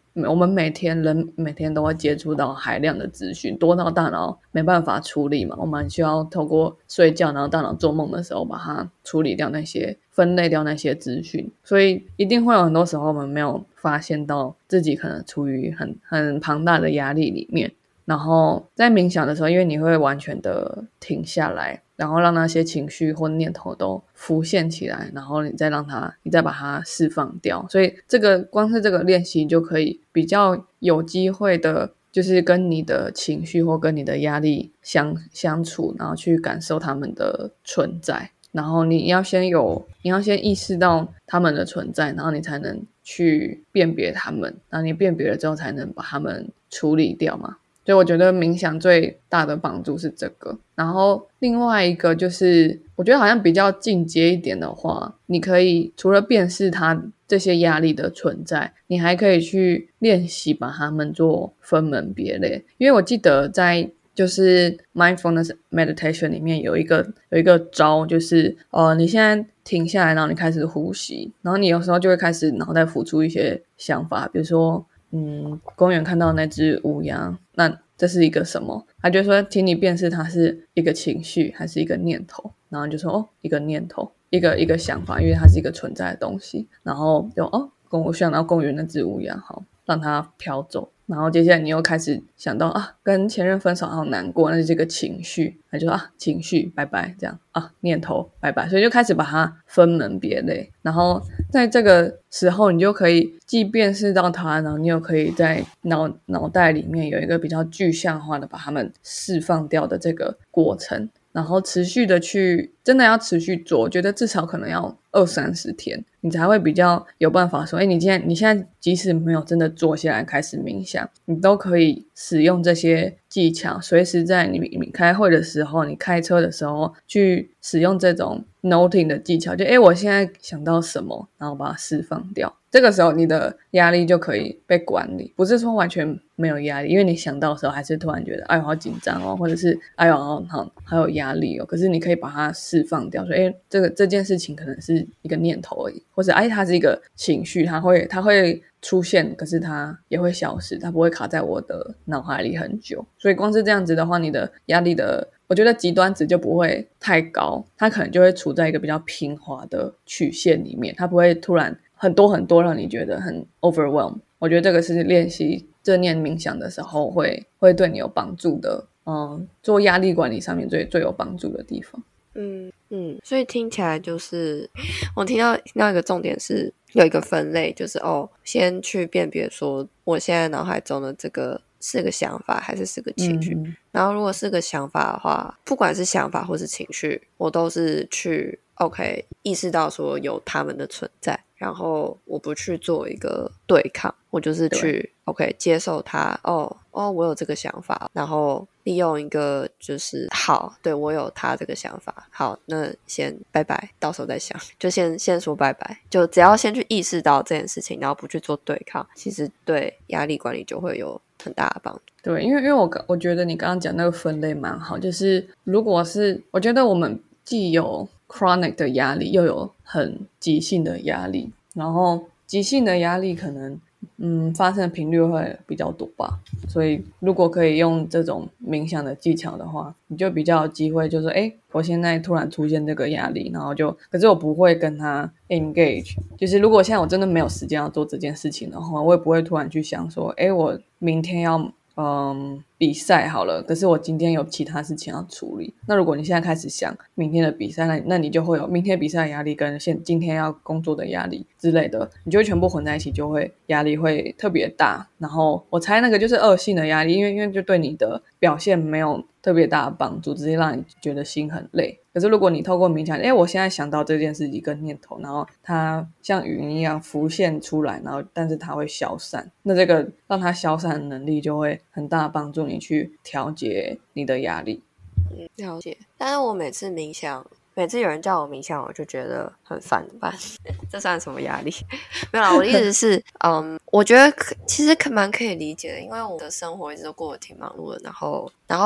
我们人每天都会接触到海量的资讯，多到大脑没办法处理嘛，我们需要透过睡觉，然后大脑做梦的时候把它处理掉那些分类掉那些资讯，所以一定会有很多时候我们没有发现到自己可能处于很庞大的压力里面。然后在冥想的时候，因为你会完全的停下来，然后让那些情绪或念头都浮现起来，然后你再把它释放掉，所以光是这个练习就可以比较有机会的就是跟你的情绪或跟你的压力相处，然后去感受他们的存在，然后你要先意识到他们的存在，然后你才能去辨别他们，然后你辨别了之后才能把他们处理掉嘛。所以我觉得冥想最大的帮助是这个。然后另外一个就是我觉得好像比较进阶一点的话，你可以除了辨识它这些压力的存在，你还可以去练习把它们做分门别类。因为我记得在就是 mindfulness meditation 里面有一个招，就是你现在停下来，然后你开始呼吸，然后你有时候就会开始脑袋浮出一些想法，比如说公园看到那只乌鸦，那这是一个什么？他就说请你辨识它是一个情绪还是一个念头，然后就说一个念头，一个想法，因为它是一个存在的东西，然后就我想到公园那只乌鸦，好让它飘走，然后接下来你又开始想到跟前任分手好难过，那是这个情绪，那就说情绪拜拜，这样念头拜拜，所以就开始把它分门别类，然后在这个时候你就可以既辨识到它，然后你又可以在脑袋里面有一个比较具象化的把它们释放掉的这个过程，然后真的要持续做，我觉得至少可能要20-30天，你才会比较有办法说你现在即使没有真的坐下来开始冥想，你都可以使用这些技巧，随时在你开会的时候，你开车的时候去使用这种 noting 的技巧，就我现在想到什么，然后把它释放掉，这个时候你的压力就可以被管理，不是说完全没有压力，因为你想到的时候还是突然觉得哎呦好紧张或者是哎呦好有压力可是你可以把它释放掉，说这件事情可能是一个念头而已，或者它是一个情绪，它会出现，可是它也会消失，它不会卡在我的脑海里很久，所以光是这样子的话，你的压力的我觉得极端值就不会太高，它可能就会处在一个比较平滑的曲线里面，它不会突然很多很多让你觉得很 overwhelm。 我觉得这个是练习正念冥想的时候会对你有帮助的做压力管理上面最有帮助的地方。 所以听起来就是我听到一个重点是有一个分类，就是先去辨别说我现在脑海中的这个是个想法还是个情绪，然后如果是个想法的话，不管是想法或是情绪，我都是去 OK 意识到说有他们的存在，然后我不去做一个对抗，我就是去 OK 接受它，我有这个想法，然后利用一个就是好，对，我有他这个想法，好，那先拜拜，到时候再想，就先说拜拜，就只要先去意识到这件事情，然后不去做对抗，其实对压力管理就会有很大的帮助。 对，因为我觉得你刚刚讲那个分类蛮好，就是如果是我觉得我们既有 chronic 的压力又有很急性的压力，然后急性的压力可能发生的频率会比较多吧，所以如果可以用这种冥想的技巧的话，你就比较有机会就是我现在突然出现这个压力，然后可是我不会跟他 engage， 就是如果现在我真的没有时间要做这件事情的话，我也不会突然去想说我明天要比赛好了，可是我今天有其他事情要处理，那如果你现在开始想明天的比赛，那你就会有明天比赛的压力跟今天要工作的压力之类的，你就会全部混在一起，就会压力会特别大，然后我猜那个就是恶性的压力，因为就对你的表现没有特别大的帮助，直接让你觉得心很累。可是如果你透过冥想我现在想到这件事一个念头，然后它像云一样浮现出来，然后但是它会消散，那这个让它消散的能力就会很大的帮助你去调节你的压力。 了解。但是我每次有人叫我冥想，我就觉得很烦吧这算什么压力没有啦，我的意思是我觉得其实蛮可以理解的，因为我的生活一直都过得挺忙碌的，然后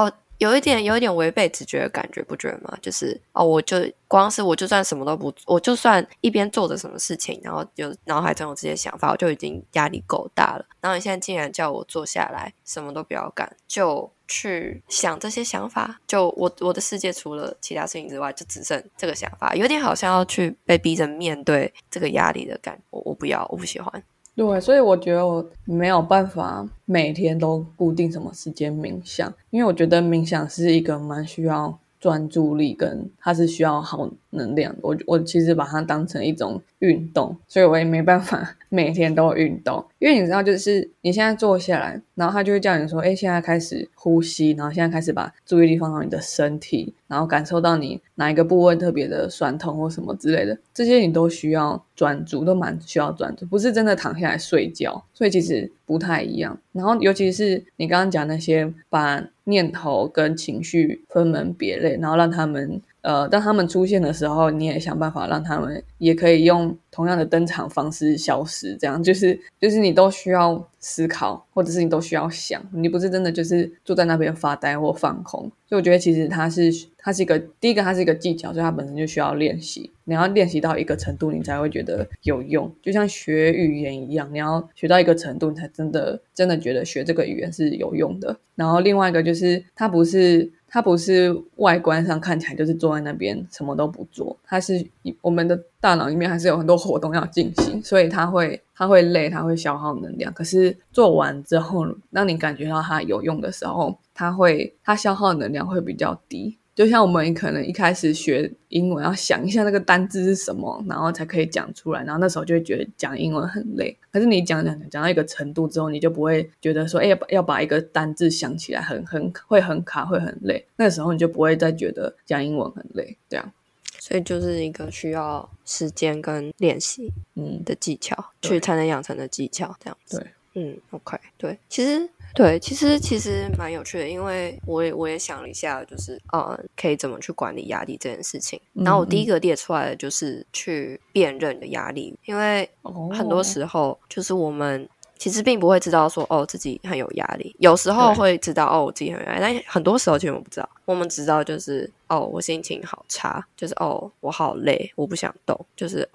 有一点违背直觉的感觉，不觉得吗？就是我就算什么都不，我就算一边做着什么事情，然后就脑海中有这些想法，我就已经压力够大了。然后你现在竟然叫我坐下来，什么都不要干，就去想这些想法，就我的世界除了其他事情之外，就只剩这个想法，有点好像要去被逼着面对这个压力的感觉，我不要，我不喜欢。 对，所以我觉得我没有办法每天都固定什么时间冥想，因为我觉得冥想是一个蛮需要专注力，跟它是需要好能量的。我其实把它当成一种运动，所以我也没办法每天都运动。因为你知道，就是你现在坐下来，然后他就会叫你说，现在开始呼吸，然后现在开始把注意力放到你的身体，然后感受到你哪一个部位特别的酸痛或什么之类的，这些你都需要专注，都蛮需要专注，不是真的躺下来睡觉，所以其实不太一样。然后尤其是你刚刚讲那些把念头跟情绪分门别类，然后让他们当他们出现的时候，你也想办法让他们也可以用同样的登场方式消失，这样就是你都需要思考，或者是你都需要想，你不是真的就是坐在那边发呆或放空。所以我觉得其实它是一个，第一个它是一个技巧，所以它本身就需要练习，你要练习到一个程度你才会觉得有用，就像学语言一样，你要学到一个程度你才真的觉得学这个语言是有用的。然后另外一个就是它不是外观上看起来就是坐在那边什么都不做，它是我们的大脑里面还是有很多活动要进行，所以它会累，它会消耗能量。可是做完之后，当你感觉到它有用的时候，它消耗能量会比较低。就像我们可能一开始学英文要想一下那个单字是什么，然后才可以讲出来，然后那时候就会觉得讲英文很累。可是你讲到一个程度之后，你就不会觉得说要把一个单字想起来会很卡，会很累。那时候你就不会再觉得讲英文很累，这样。 所以就是一个需要时间跟练习的技巧，去才能养成的技巧，这样子。对，OK， 对，其实蛮有趣的，因为我也想了一下，就是可以怎么去管理压力这件事情。然后我第一个列出来的就是去辨认的压力，因为很多时候就是我们其实并不会知道说自己很有压力，有时候会知道我自己很有压力，但很多时候其实我们不知道，我们知道就是我心情好差，就是我好累，我不想动，就是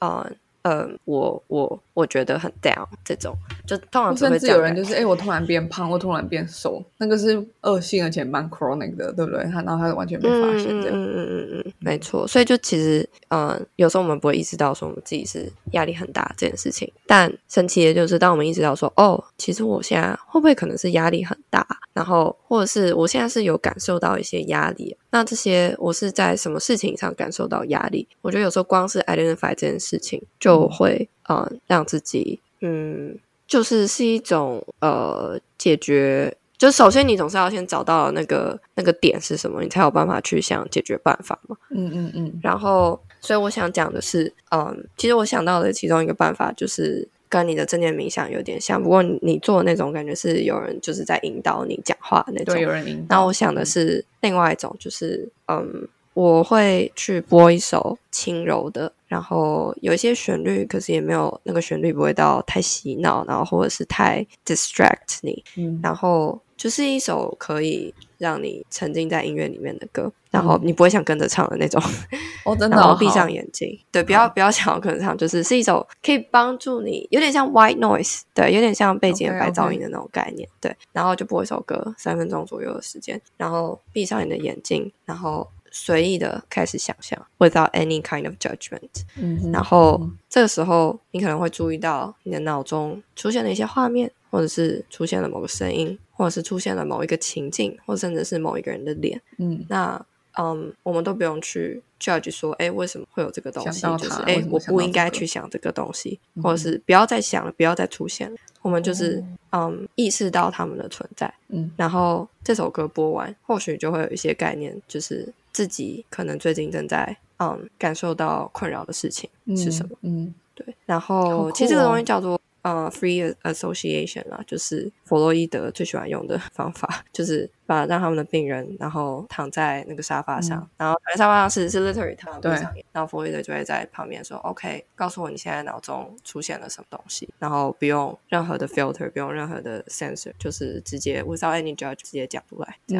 我觉得很 down， 这种就通常只会这样。甚至有人就是我突然变胖，或突然变瘦，那个是恶性而且蛮 chronic 的，对不对？然后他完全没发现这样。 没错。所以就其实有时候我们不会意识到说我们自己是压力很大这件事情，但神奇的就是当我们意识到说其实我现在会不会可能是压力很大，然后或者是我现在是有感受到一些压力，那这些我是在什么事情上感受到压力，我觉得有时候光是 identify 这件事情就会让自己是一种解决，就首先你总是要先找到那个点是什么，你才有办法去想解决办法嘛。然后所以我想讲的是其实我想到的其中一个办法就是跟你的正念冥想有点像，不过你做的那种感觉是有人就是在引导你讲话的那种， 对，有人引导。 然后我想的是另外一种，就是我会去播一首轻柔的，然后有一些旋律，可是也没有那个旋律不会到太洗脑，然后或者是太 distract 你，然后就是一首可以让你沉浸在音乐里面的歌，然后你不会想跟着唱的那种。 真的然后闭上眼睛，对，不要想要跟着唱，就是一首可以帮助你，有点像 white noise， 对，有点像背景的白噪音的那种概念，对。然后就播一首歌，3分钟左右的时间，然后闭上你的眼睛，然后随意的开始想象 without any kind of judgment，然后这个时候你可能会注意到你的脑中出现了一些画面，或者是出现了某个声音，或者是出现了某一个情境，或甚至是某一个人的脸。那我们都不用去 judge 说为什么会有这个东西，就是我不应该去想这个东西，或者是不要再想了，不要再出现了，我们就是意识到他们的存在。然后这首歌播完，或许就会有一些概念，就是自己可能最近正在感受到困扰的事情是什么。对。然后其实这个东西叫做free association 啦，就是弗洛伊德最喜欢用的方法，就是让他们的病人然后躺在那个沙发上，然后躺在沙发上是 literally 躺在地上，然后弗洛伊德就会在旁边说 OK 告诉我你现在脑中出现了什么东西，然后不用任何的 filter， 不用任何的 censor， 就是直接 without any judge 直接讲出来这样。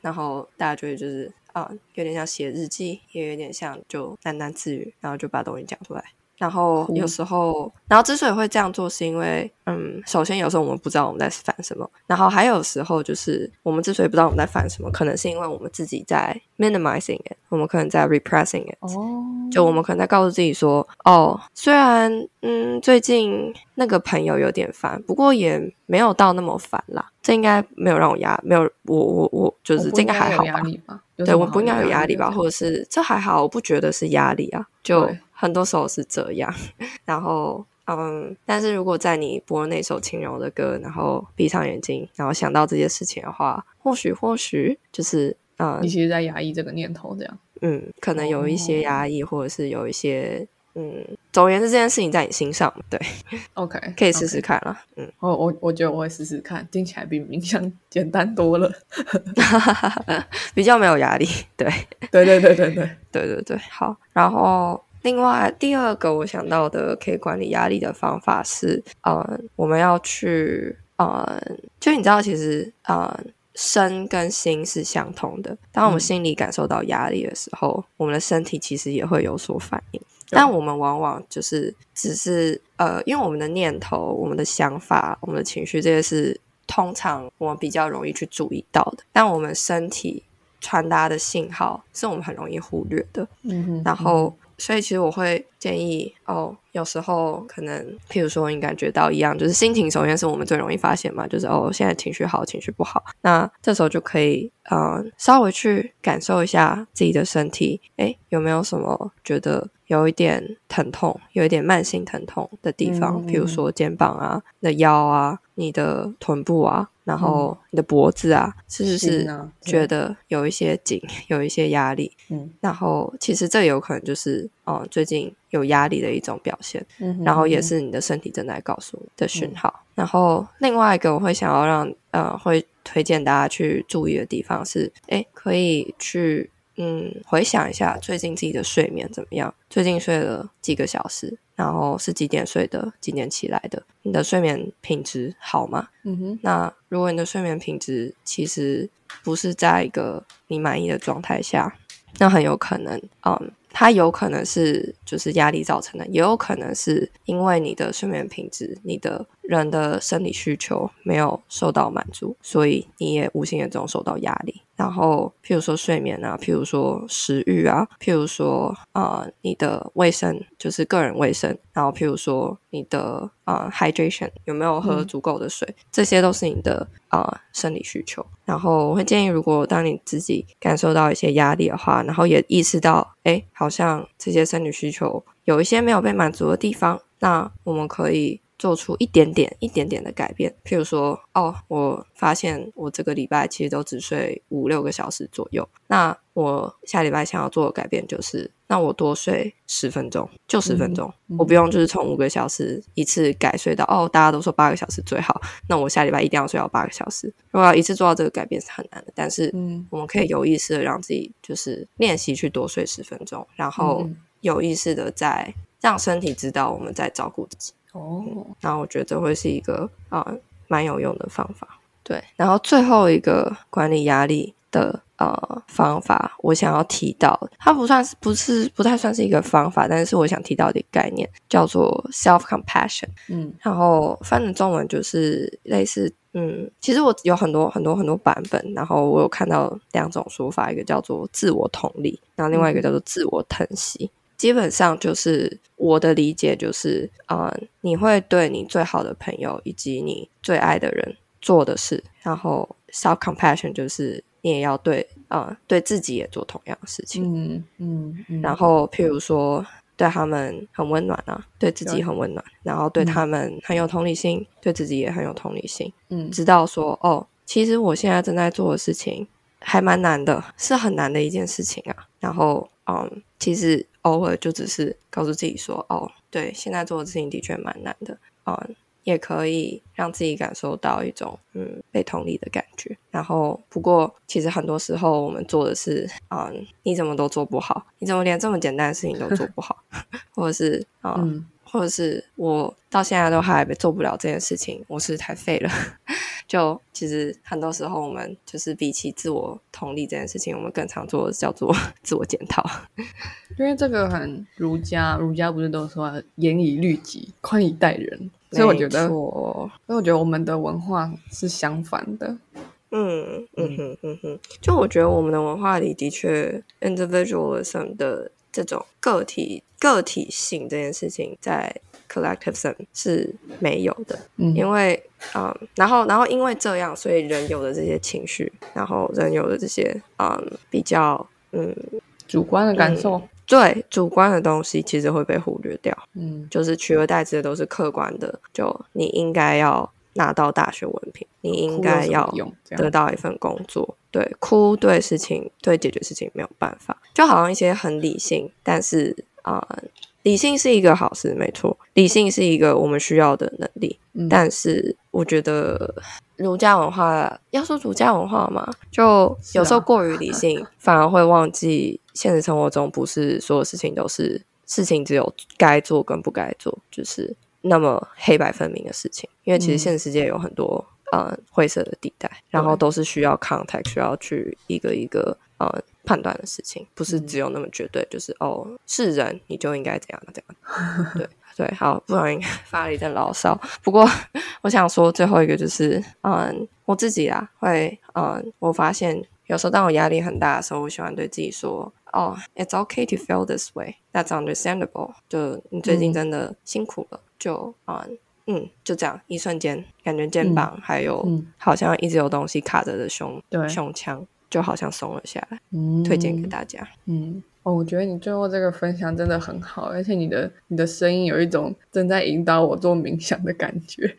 然后大家就会就是有点像写日记，也有点像就喃喃自语，然后就把东西讲出来。然后有时候，然后之所以会这样做是因为首先有时候我们不知道我们在烦什么，然后还有时候就是我们之所以不知道我们在烦什么，可能是因为我们自己在 minimizing it， 我们可能在 repressing it，就我们可能在告诉自己说虽然最近那个朋友有点烦，不过也没有到那么烦啦，这应该没有让我没有我就是这应该还好吧，对，我不应该有压力吧，或者是这还好，我不觉得是压力啊，就很多时候是这样。然后但是如果在你播那首轻柔的歌，然后闭上眼睛，然后想到这些事情的话，或许就是你其实在压抑这个念头这样。 可能有一些压抑，或者是有一些总而言之这件事情在你心上，对。 OK， 可以试试看啦。 我觉得我会试试看，听起来比冥想简单多了。 比较没有压力。对对，好。然后另外第二个我想到的可以管理压力的方法是我们要去就你知道其实身跟心是相同的，当我们心里感受到压力的时候，我们的身体其实也会有所反应，但我们往往就是只是因为我们的念头、我们的想法、我们的情绪，这些是通常我们比较容易去注意到的，但我们身体传达的信号是我们很容易忽略的。然后所以其实我会建议有时候可能譬如说你感觉到一样，就是心情首先是我们最容易发现嘛，就是现在情绪好情绪不好，那这时候就可以稍微去感受一下自己的身体，有没有什么觉得有一点疼痛，有一点慢性疼痛的地方，譬如说肩膀啊、你的腰啊、你的臀部啊，然后你的脖子啊，是不是觉得有一些紧，有一些压力？然后其实这有可能就是最近有压力的一种表现，然后也是你的身体正在告诉你的讯号。然后另外一个我会想要让会推荐大家去注意的地方是可以去回想一下最近自己的睡眠怎么样，最近睡了几个小时，然后是几点睡的，几点起来的，你的睡眠品质好吗？那如果你的睡眠品质其实不是在一个你满意的状态下，那很有可能它有可能是就是压力造成的，也有可能是因为你的睡眠品质，你的人的生理需求没有受到满足，所以你也无形之中受到压力。然后譬如说睡眠啊，譬如说食欲啊，譬如说你的卫生，就是个人卫生，然后譬如说你的hydration 有没有喝足够的水，这些都是你的生理需求。然后我会建议，如果当你自己感受到一些压力的话，然后也意识到好像这些生理需求有一些没有被满足的地方，那我们可以做出一点点的改变。譬如说我发现我这个礼拜其实都只睡5-6个小时左右，那我下礼拜想要做的改变就是那我多睡10分钟，就10分钟，我不用就是从5个小时一次改睡到大家都说8个小时最好，那我下礼拜一定要睡到8个小时。如果要一次做到这个改变是很难的，但是我们可以有意识的让自己就是练习去多睡10分钟，然后有意识的在让身体知道我们在照顾自己。然后我觉得这会是一个蛮有用的方法。对，然后最后一个管理压力的方法我想要提到，它不太算是一个方法，但是我想提到的一个概念叫做 self-compassion。然后翻成中文就是类似其实我有很多版本，然后我有看到2种说法，一个叫做自我同理，然后另外一个叫做自我疼惜。基本上就是我的理解就是你会对你最好的朋友以及你最爱的人做的事，然后 self-compassion 就是你也要对自己也做同样的事情。然后譬如说对他们很温暖啊，对自己很温暖，然后对他们很有同理心，对自己也很有同理心。知道说其实我现在正在做的事情还蛮难的，是很难的一件事情啊。然后其实偶尔就只是告诉自己说对，现在做的事情的确蛮难的，也可以让自己感受到一种被同理的感觉。然后不过其实很多时候我们做的是你怎么都做不好，你怎么连这么简单的事情都做不好或者是我到现在都还做不了这件事情，我是太废了就其实很多时候我们就是比起自我同理这件事情，我们更常做的叫做自我检讨。 因为这个很儒家不是都说严以律己，宽以待人，所以我觉得我们的文化是相反的。 就我觉得我们的文化里的确 individualism 的这种个体性这件事情在 collectivism 是没有的。因为然后因为这样，所以人有的这些情绪，然后人有的这些比较主观的感受， 对，主观的东西其实会被忽略掉。就是取而代之的都是客观的，就你应该要拿到大学文凭，你应该要得到一份工作。对，哭对解决事情没有办法，就好像一些很理性，但是理性是一个好事，没错，理性是一个我们需要的能力。但是我觉得儒家文化，要说儒家文化嘛，就有时候过于理性，反而会忘记现实生活中不是所有事情都是事情，只有该做跟不该做，就是那么黑白分明的事情。因为其实现实世界有很多灰色的地带，然后都是需要 context， 需要去一个一个判断的事情，不是只有那么绝对，就是是人你就应该怎样怎样。对，好，不小心发了一阵牢骚。不过我想说最后一个就是我自己啦，会我发现有时候当我压力很大的时候，我喜欢对自己说it's okay to feel this way, that's understandable， 就你最近真的辛苦了，就就这样，一瞬间感觉肩膀还有好像一直有东西卡着的胸腔就好像松了下来。推荐给大家。 我觉得你最后这个分享真的很好，而且你的声音有一种正在引导我做冥想的感觉。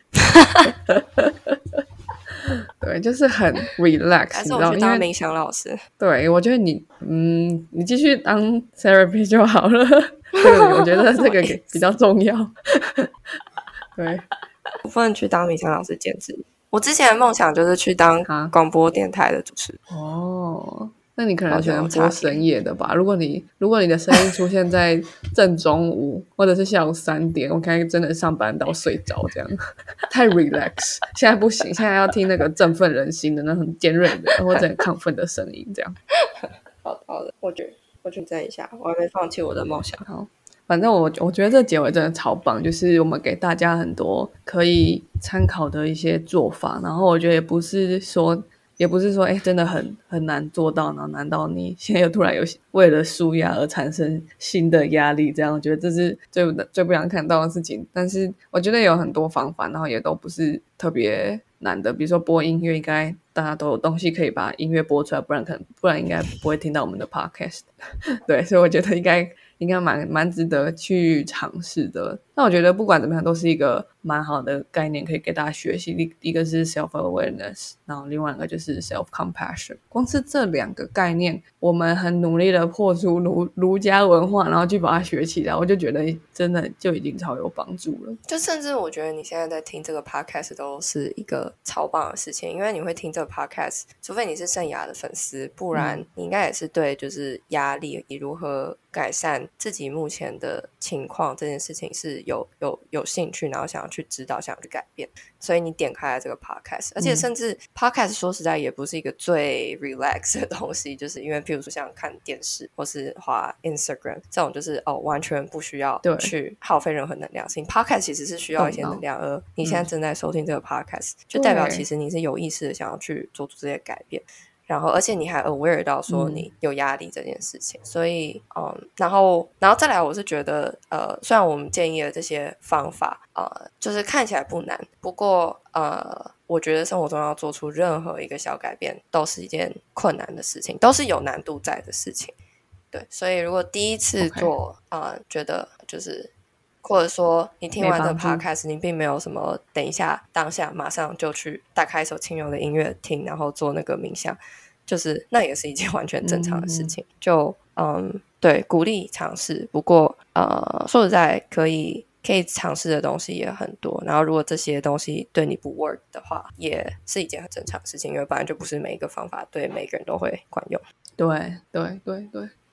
对，就是很 relax， 还是我去当冥想老师。 对，我觉得你继续当 therapy 就好了。这个我觉得这个比较重要。对， 我不能去当冥想老师，简直。我之前的梦想就是去当广播电台的主持人。 那你可能只能播深夜的吧？如果你的声音出现在正中午或者是下午3点，我看真的上班到睡着这样，太 relax。现在不行，现在要听那个振奋人心的那种尖锐的或者很亢奋的声音，这样。 好的，我去站一下，我还没放弃我的梦想。 好，反正我觉得这结尾真的超棒，就是我们给大家很多可以参考的一些做法，然后我觉得也不是说真的很难做到，然后难道你现在又突然有为了抒压而产生新的压力，这样我觉得这是最不想看到的事情。但是我觉得有很多方法，然后也都不是特别难的，比如说播音乐，应该大家都有东西可以把音乐播出来，不然应该不会听到我们的 podcast。 对，所以我觉得应该蛮值得去尝试的。那我觉得不管怎么样都是一个蛮好的概念可以给大家学习。一个是 self-awareness， 然后另外一个就是 self-compassion。 光是这2个概念我们很努力的破除儒家文化，然后去把它学起来，我就觉得真的就已经超有帮助了。 就甚至我觉得你现在在听这个 podcast 都是一个超棒的事情，因为你会听这个 podcast， 除非你是圣雅的粉丝，不然你应该也是对就是压力以如何改善自己目前的情况这件事情是有兴趣，然后想要去指导，想要去改变，所以你点开了这个 podcast。 而且甚至 podcast 说实在也不是一个最 relax 的东西，就是因为譬如说像看电视或是滑 Instagram 这种就是完全不需要去耗费任何能量性。 podcast 其实是需要一些能量，而你现在正在收听这个 podcast，就代表其实你是有意识的想要去做出这些改变，然后而且你还 aware 到说你有压力这件事情。所以然后再来，我是觉得虽然我们建议的这些方法就是看起来不难，不过我觉得生活中要做出任何一个小改变都是一件困难的事情，都是有难度在的事情。对，所以如果第一次做觉得就是或者说你听完的 podcast 你并没有什么等一下当下马上就去打开一首轻柔的音乐听，然后做那个冥想，就是那也是一件完全正常的事情。就对，鼓励尝试，不过说实在可以尝试的东西也很多，然后如果这些东西对你不 work 的话也是一件很正常的事情，因为本来就不是每一个方法对每个人都会管用。 对对对对，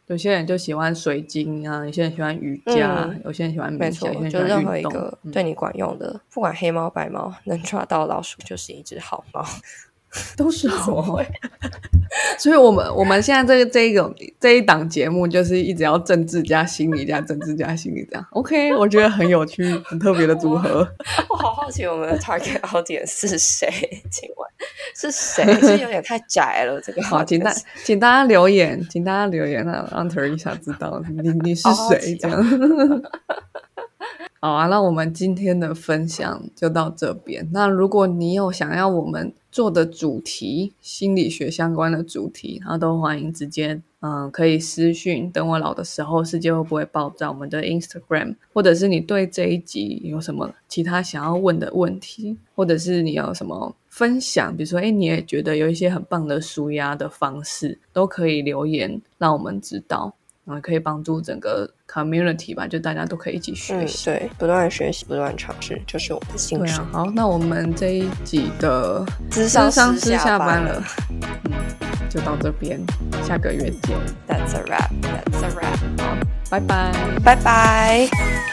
有些人就喜欢水晶啊，有些人喜欢瑜伽，有些人喜欢冥想，有些人喜欢运动。 就任何一个对你管用的，不管黑猫白猫，能抓到老鼠就是一只好猫。 都是好猫。所以我们现在这一档节目就是一直要政治加心理加政治加心理这样。OK， 我觉得很有趣，很特别的组合。 我好好奇我们的 target audience 是谁？请问是谁？是有点太窄了。这个好，请大家留言，请大家留言让 Teresa 知道你是谁这样。好啊，那我们今天的分享就到这边。那如果你有想要我们做的主题，心理学相关的主题，然后都欢迎直接可以私讯等我老的时候世界会不会爆炸我们的 Instagram， 或者是你对这一集有什么其他想要问的问题，或者是你有什么分享，比如说你也觉得有一些很棒的抒压的方式，都可以留言让我们知道，然后可以帮助整个 community 吧，就大家都可以一起学习。 对，不断学习，不断尝试，就是我们的心声。 对啊，好，那我们这一集的諮商師下班了，就到这边，下个月见。 That's a wrap. That's a wrap. 好，拜拜， 拜拜。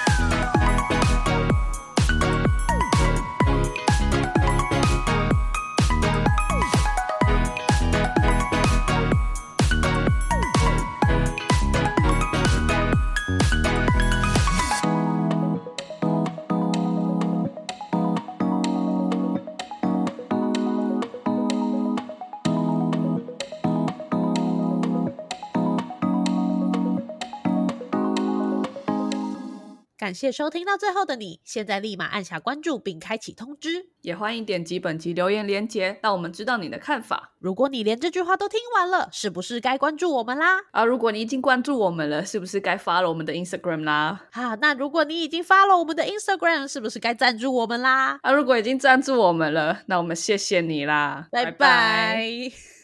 感谢收听到最后的你，现在立马按下关注并开启通知， 也欢迎点击本集留言连结，让我们知道你的看法。 如果你连这句话都听完了，是不是该关注我们啦？ 如果你已经关注我们了，是不是该 follow 我们的 Instagram 啦？ 那如果你已经 follow 我们的 Instagram， 是不是该赞助我们啦？ 如果已经赞助我们了，那我们谢谢你啦， 拜拜。